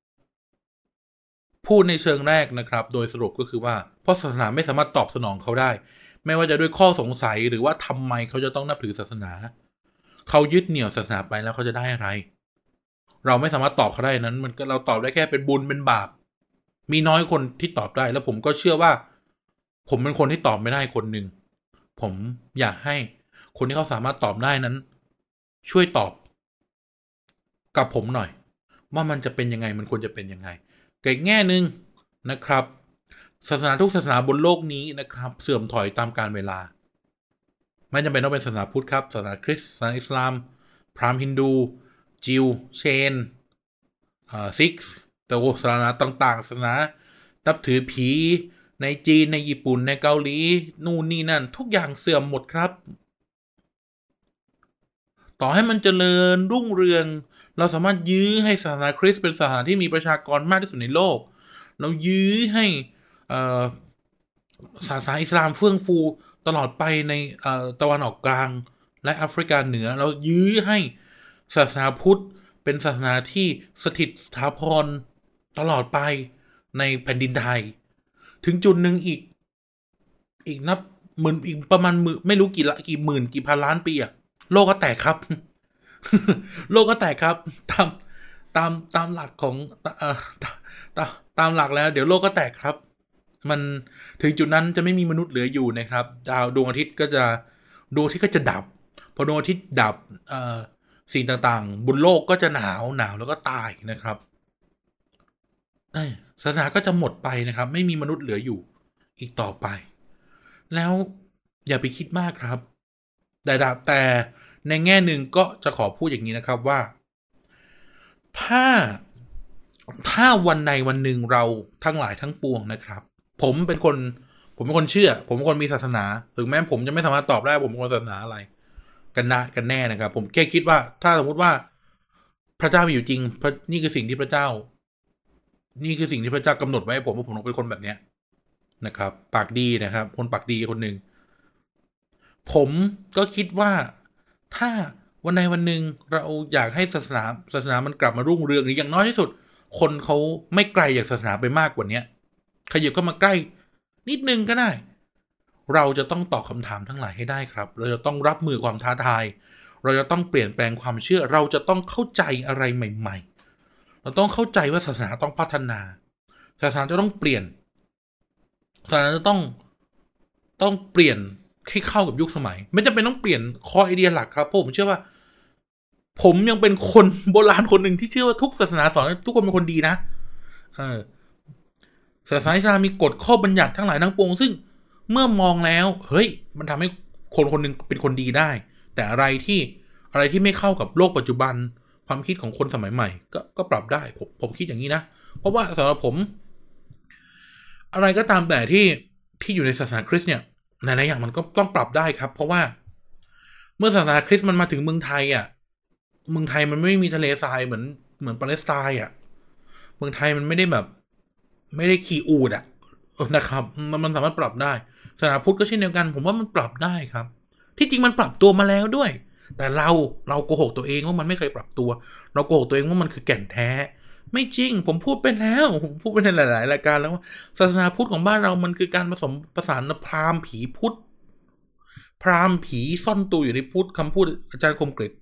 พูดในเชิงแรกนะครับโดยสรุปก็คือว่าเพราะศาสนาไม่สามารถตอบสนองเขาได้ไม่ว่าจะด้วยข้อสงสัยหรือว่าทำไมเขาจะต้องนับถือศาสนาเขายึดเหนี่ยวศาสนาไปแล้วเขาจะได้อะไรเราไม่สามารถตอบเขาได้นั้นมันเราตอบได้แค่เป็นบุญเป็นบาปมีน้อยคนที่ตอบได้แล้วผมก็เชื่อว่าผมเป็นคนที่ตอบไม่ได้คนหนึ่งผมอยากให้คนที่เขาสามารถตอบได้นั้นช่วยตอบกับผมหน่อยว่ามันจะเป็นยังไงมันควรจะเป็นยังไงอีกแง่นึงนะครับศาสนาทุกศาสนาบนโลกนี้นะครับเสื่อมถอยตามกาลเวลาไม่จำเป็นต้องเป็นศาสนาพุทธครับศาสนาคริสต์ศาสนาอิสลามพราหมณ์ฮินดูจิวเชนอ่าซิกส์แต่ศาสนาต่างๆศาสนานับถือผีในจีนในญี่ปุ่นในเกาหลีนู่นนี่นั่นทุกอย่างเสื่อมหมดครับต่อให้มันเจริญรุ่งเรืองเราสามารถยื้อให้ศาสนาคริสต์เป็นศาสนาที่มีประชากรมากที่สุดในโลกเรายื้อให้ศาสนาอิสลามเฟื่องฟูตลอดไปในตะวันออกกลางและแอฟริกาเหนือเรายื้อให้ศาสนาพุทธเป็นศาสนาที่สถิตสถาพรตลอดไปในแผ่นดินไทยถึงจุดหนึ่งอีกอีกนับหมื่นอีกประมาณหมื่นไม่รู้กี่ละกี่หมื่นกี่พันล้านปีอะโลกก็แตกครับ โลกก็แตกครับตามตามตามหลักของเอ่อตามตามหลักแล้วเดี๋ยวโลกก็แตกครับมันถึงจุดนั้นจะไม่มีมนุษย์เหลืออยู่นะครับดาวดวงอาทิตย์ก็จะดวงอาทิตย์ก็จะดับพอดวงอาทิตย์ดับเอ่อสิ่งต่างๆบนโลกก็จะหนาวหนาวแล้วก็ตายนะครับศาสนาก็จะหมดไปนะครับไม่มีมนุษย์เหลืออยู่อีกต่อไปแล้วอย่าไปคิดมากครับแต่แต่ในแง่หนึ่งก็จะขอพูดอย่างนี้นะครับว่าถ้าถ้าวันใดวันหนึ่งเราทั้งหลายทั้งปวงนะครับผมเป็นคนผมเป็นคนเชื่อผมเป็นคนมีศาสนาถึงแม้ผมจะไม่สามารถตอบได้ผมเป็นคนศาสนาอะไรกันนะกันแน่นะครับผมแค่คิดว่าถ้าสมมติว่าพระเจ้ามีอยู่จริงนี่คือสิ่งที่พระเจ้านี่คือสิ่งที่พระเจ้ากำหนดไว้ให้ผมว่าผมต้องเป็นคนแบบเนี้ยนะครับปากดีนะครับคนปากดีคนหนึ่งผมก็คิดว่าถ้าวันใดวันหนึ่งเราอยากให้ศาสนาศาสนามันกลับมารุ่งเรืองหรืออย่างน้อยที่สุดคนเขาไม่ไกลจากศาสนาไปมากกว่านี้ขยับเข้ามาใกล้นิดนึงก็ได้เราจะต้องตอบคำถามทั้งหลายให้ได้ครับเราจะต้องรับมือความท้าทายเราจะต้องเปลี่ยนแปลงความเชื่อเราจะต้องเข้าใจอะไรใหม่ๆเราต้องเข้าใจว่าศาสนาต้องพัฒนาศาสนาจะต้องเปลี่ยนศาสนาจะต้องต้องเปลี่ยนให้เข้ากับยุคสมัยไม่จำเป็นต้องเปลี่ยนคอไอเดียหลักครับเพราะผมเชื่อว่าผมยังเป็นคนโบราณคนหนึ่งที่เชื่อว่าทุกศาสนาสอนให้ทุกคนเป็นคนดีนะเออศาสนาอิสลามมีกฎข้อบัญญัติทั้งหลายทั้งปวงซึ่งเมื่อมองแล้วเฮ้ยมันทำให้คนคนหนึ่งเป็นคนดีได้แต่อะไรที่อะไรที่ไม่เข้ากับโลกปัจจุบันความคิดของคนสมัยใหม่ก็ก็ปรับได้ผมผมคิดอย่างนี้นะเพราะว่าสำหรับผมอะไรก็ตามแต่ที่ที่อยู่ในศาสนาคริสต์เนี่ยหลายๆอย่างมันก็ต้องปรับได้ครับเพราะว่าเมื่อศาสนาคริสต์มันมาถึงเมืองไทยอ่ะเมืองไทยมันไม่มีทะเลทรายเหมือนเหมือนปาเลสไตน์อ่ะเมืองไทยมันไม่ได้แบบไม่ได้ขี่อูฐอ่ะนะครับมันมันสามารถปรับได้ศาสนาพุทธก็เช่นเดียวกันผมว่ามันปรับได้ครับที่จริงมันปรับตัวมาแล้วด้วยแต่เราเราโกหกตัวเองว่ามันไม่เคยปรับตัวเราโกหกตัวเองว่ามันคือแก่นแท้ไม่จริงผมพูดไปแล้วผมพูดไปในหลายๆรายการแล้วว่าศาสนาพุทธของบ้านเรามันคือการผสมผสานพราหมณ์ผีพุทธพราหมณ์ผีซ่อนตัวอยู่ในพุทธคำพูดอาจารย์คมกฤษ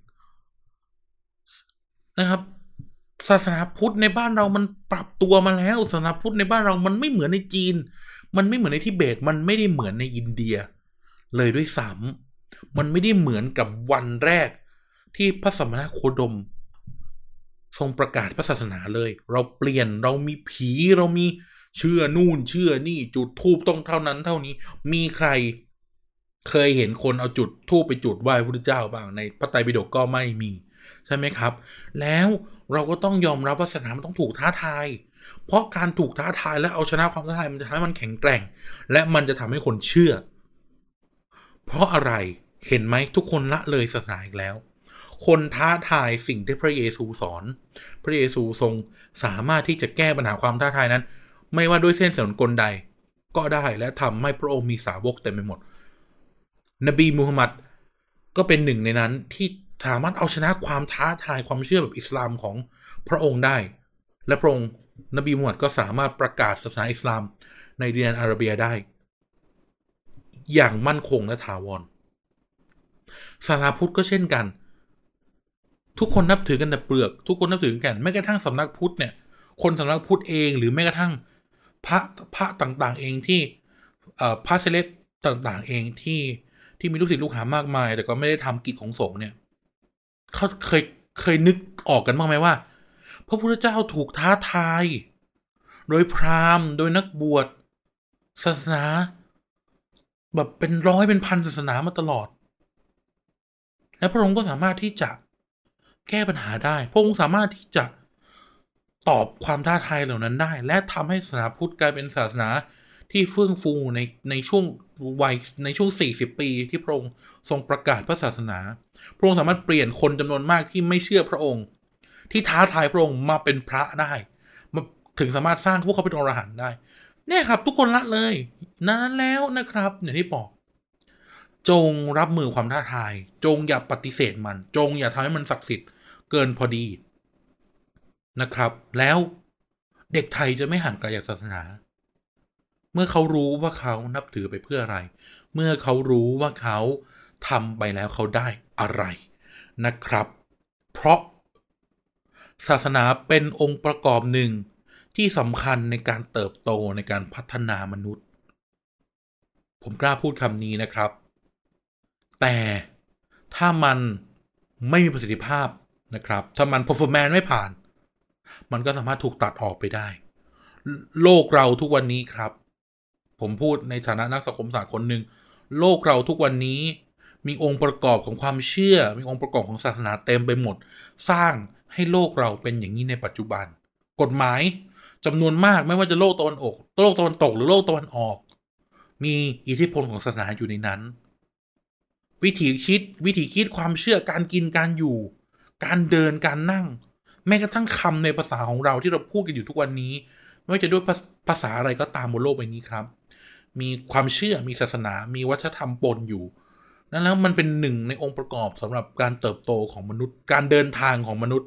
นะครับศาสนาพุทธในบ้านเรามันปรับตัวมาแล้วศาสนาพุทธในบ้านเรามันไม่เหมือนในจีนมันไม่เหมือนในทิเบตมันไม่ได้เหมือนในอินเดียเลยด้วยซ้ำมันไม่ได้เหมือนกับวันแรกที่พระสมณโคดมทรงประกาศพระศาสนาเลยเราเปลี่ยนเรามีผีเรามีเชื่อนู่นเชื่อนี่จุดธูปต้องเท่านั้นเท่านี้มีใครเคยเห็นคนเอาจุดธูปไปจุดไหว้พระพุทธเจ้าบ้างในพระไตรปิฎกก็ไม่มีใช่ไหมครับแล้วเราก็ต้องยอมรับว่าศาสนามันต้องถูกท้าทายเพราะการถูกท้าทายและเอาชนะความท้าทายมันจะทำให้มันแข็งแกร่งและมันจะทำให้คนเชื่อเพราะอะไรเห็นไหมทุกคนละเลยศาสนาอีกแล้วคนท้าทายสิ่งที่พระเยซูสอนพระเยซูทรงสามารถที่จะแก้ปัญหาความท้าทายนั้นไม่ว่าด้วยเส้นสนกลใดก็ได้และทำให้พระองค์มีสาวกเต็มไปหมดนบีมูฮัมหมัดก็เป็นหนึ่งในนั้นที่สามารถเอาชนะความท้าทายความเชื่อแบบอิสลามของพระองค์ได้และพระองค์นบีมูฮัมหมัดก็สามารถประกาศศาสนาอิสลามในดินแดนอาระเบียได้อย่างมั่นคงและถาวรศาสนาพุทธก็เช่นกันทุกคนนับถือกันแต่เปลือกทุกคนนับถือกันแม้กระทั่งสำนักพุทธเนี่ยคนสำนักพุทธเองหรือแม้กระทั่งพระพระต่างๆเองที่เอ่อพระเซเลบต่างๆเองที่ที่มีลูกศิษย์ลูกหามากมายแต่ก็ไม่ได้ทำกิจของสงฆ์เนี่ยเขาเคยเคยนึกออกกันบ้างไหมว่าพระพุทธเจ้าถูกท้าทายโดยพราหมณ์โดยนักบวชศาสนาแบบเป็นร้อยเป็นพันศาสนามาตลอดและพระองค์ก็สามารถที่จะแก้ปัญหาได้พระองค์สามารถที่จะตอบความท้าทายเหล่านั้นได้และทำให้ศาสนาพุทธกลายเป็นศาสนาที่เฟื่องฟูในในช่วงวัยในช่วงสี่สิบปีที่พระองค์ทรงประกาศพระศาสนาพระองค์สามารถเปลี่ยนคนจำนวนมากที่ไม่เชื่อพระองค์ที่ท้าทายพระองค์มาเป็นพระได้มาถึงสามารถสร้างพวกเขาเป็นอรหันต์ได้เนี่ยครับทุกคนละเลยนั้นแล้วนะครับอย่างที่บอกจงรับมือความท้าทายจงอย่าปฏิเสธมันจงอย่าทำให้มันศักดิ์สิทธิ์เกินพอดีนะครับแล้วเด็กไทยจะไม่ห่างไกลจากศาสนาเมื่อเขารู้ว่าเขานับถือไปเพื่ออะไรเมื่อเขารู้ว่าเขาทำไปแล้วเขาได้อะไรนะครับเพราะศาสนาเป็นองค์ประกอบหนึ่งที่สำคัญในการเติบโตในการพัฒนามนุษย์ผมกล้าพูดคำนี้นะครับแต่ถ้ามันไม่มีประสิทธิภาพนะครับถ้ามัน performance ไม่ผ่านมันก็สามารถถูกตัดออกไปได้โลกเราทุกวันนี้ครับผมพูดในฐานะนักสังคมศาสตร์คนหนึ่งโลกเราทุกวันนี้มีองค์ประกอบของความเชื่อมีองค์ประกอบของศาสนาเต็มไปหมดสร้างให้โลกเราเป็นอย่างนี้ในปัจจุบันกฎหมายจำนวนมากไม่ว่าจะโลกตะวันออกโลกตะวันตกหรือโลกตะวันออกมีอิทธิพลของศาสนาอยู่ในนั้นวิถีคิดวิถีคิดความเชื่อการกินการอยู่การเดินการนั่งแม้กระทั่งคำในภาษาของเราที่เราพูดกันอยู่ทุกวันนี้ไม่ว่าจะด้วยภาษาอะไรก็ตามบนโลกใบนี้ครับมีความเชื่อมีศาสนามีวัฒนธรรมปนอยู่นั่นแล้วมันเป็นหนึ่งในองค์ประกอบสำหรับการเติบโตของมนุษย์การเดินทางของมนุษย์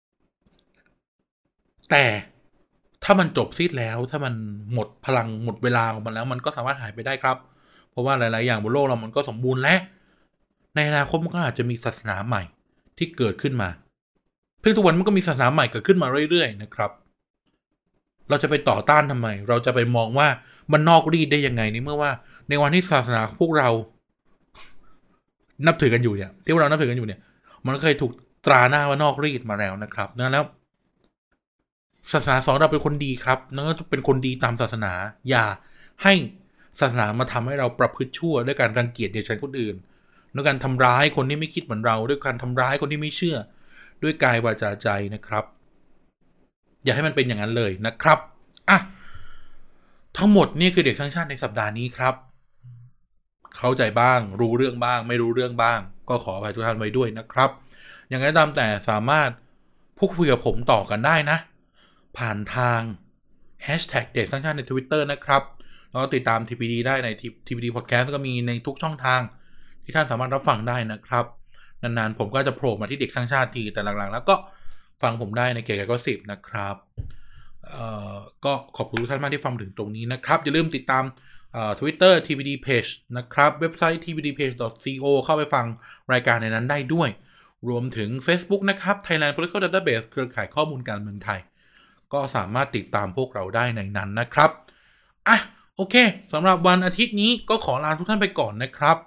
แต่ถ้ามันจบสิ้นแล้วถ้ามันหมดพลังหมดเวลาของมันแล้วมันก็สามารถหายไปได้ครับเพราะว่าหลายๆอย่างบนโลกเรามันก็สมบูรณ์และในอนาคตมันก็อาจจะมีศาสนาใหม่ที่เกิดขึ้นมาซึ่งทุกวันมันก็มีศาสนาใหม่เกิดขึ้นมาเรื่อยๆนะครับเราจะไปต่อต้านทำไมเราจะไปมองว่ามันนอกรีดได้ยังไงนี่เมื่อว่าในวันที่ศาสนาพวกเรานับถือกันอยู่เนี่ยที่พวกเรานับถือกันอยู่เนี่ยมันเคยถูกตราหน้าว่านอกรีดมาแล้วนะครับนั่นแล้วศาสนาสอนเราเป็นคนดีครับนั่นก็เป็นคนดีตามศาสนาอย่าให้ศาสนามาทำให้เราประพฤติชั่วด้วยการรังเกียจเดียดฉันคนอื่นด้วยการทำร้ายคนที่ไม่คิดเหมือนเราด้วยการทำร้ายคนที่ไม่เชื่อด้วยกายวาจาใจนะครับอย่าให้มันเป็นอย่างนั้นเลยนะครับอ่ะทั้งหมดนี่คือเด็กสร้างชาติในสัปดาห์นี้ครับเข้าใจบ้างรู้เรื่องบ้างไม่รู้เรื่องบ้างก็ขออภัยทุกท่านไว้ด้วยนะครับอย่างไรก็ตามแต่สามารถพูดคุยกับผมต่อกันได้นะผ่านทางแฮชแท็กเด็กสร้างชาติใน Twitter นะครับแล้วก็ติดตาม ที พี ดี ได้ใน ที พี ดี Podcast ก็มีในทุกช่องทางที่ท่านสามารถรับฟังได้นะครับนานๆผมก็จะโผล่มาที่เด็กสร้างชาติทีแต่หลังๆแล้วก็ฟังผมได้ในเกียร์ก็สิบนะครับเอ่อก็ขอบคุณทุกท่านมากที่ฟังถึงตรงนี้นะครับอย่าลืมติดตามเอ่อ Twitter ที พี ดี Page นะครับเว็บไซต์ ที พี ดี เพจ ดอท ซี โอ เข้าไปฟังรายการในนั้นได้ด้วยรวมถึง Facebook นะครับ Thailand Political Database เครือข่ายข้อมูลการเมืองไทยก็สามารถติดตามพวกเราได้ในนั้นนะครับอ่ะโอเคสำหรับวันอาทิตย์นี้ก็ขอลาทุกท่านไปก่อนนะครับ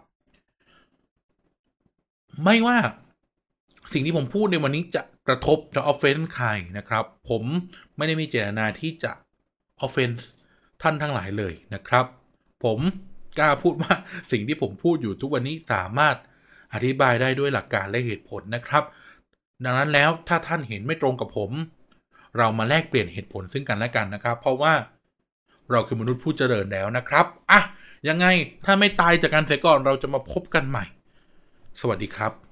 ไม่ว่าสิ่งที่ผมพูดในวันนี้จะกระทบจะ offense ใครนะครับผมไม่ได้มีเจตนาที่จะ offense ท่านทั้งหลายเลยนะครับผมกล้าพูดว่าสิ่งที่ผมพูดอยู่ทุกวันนี้สามารถอธิบายได้ด้วยหลักการและเหตุผลนะครับดังนั้นแล้วถ้าท่านเห็นไม่ตรงกับผมเรามาแลกเปลี่ยนเหตุผลซึ่งกันและกันนะครับเพราะว่าเราคือมนุษย์ผู้เจริญแล้วนะครับอ่ะยังไงถ้าไม่ตายจากการเสียก่อนเราจะมาพบกันใหม่สวัสดีครับ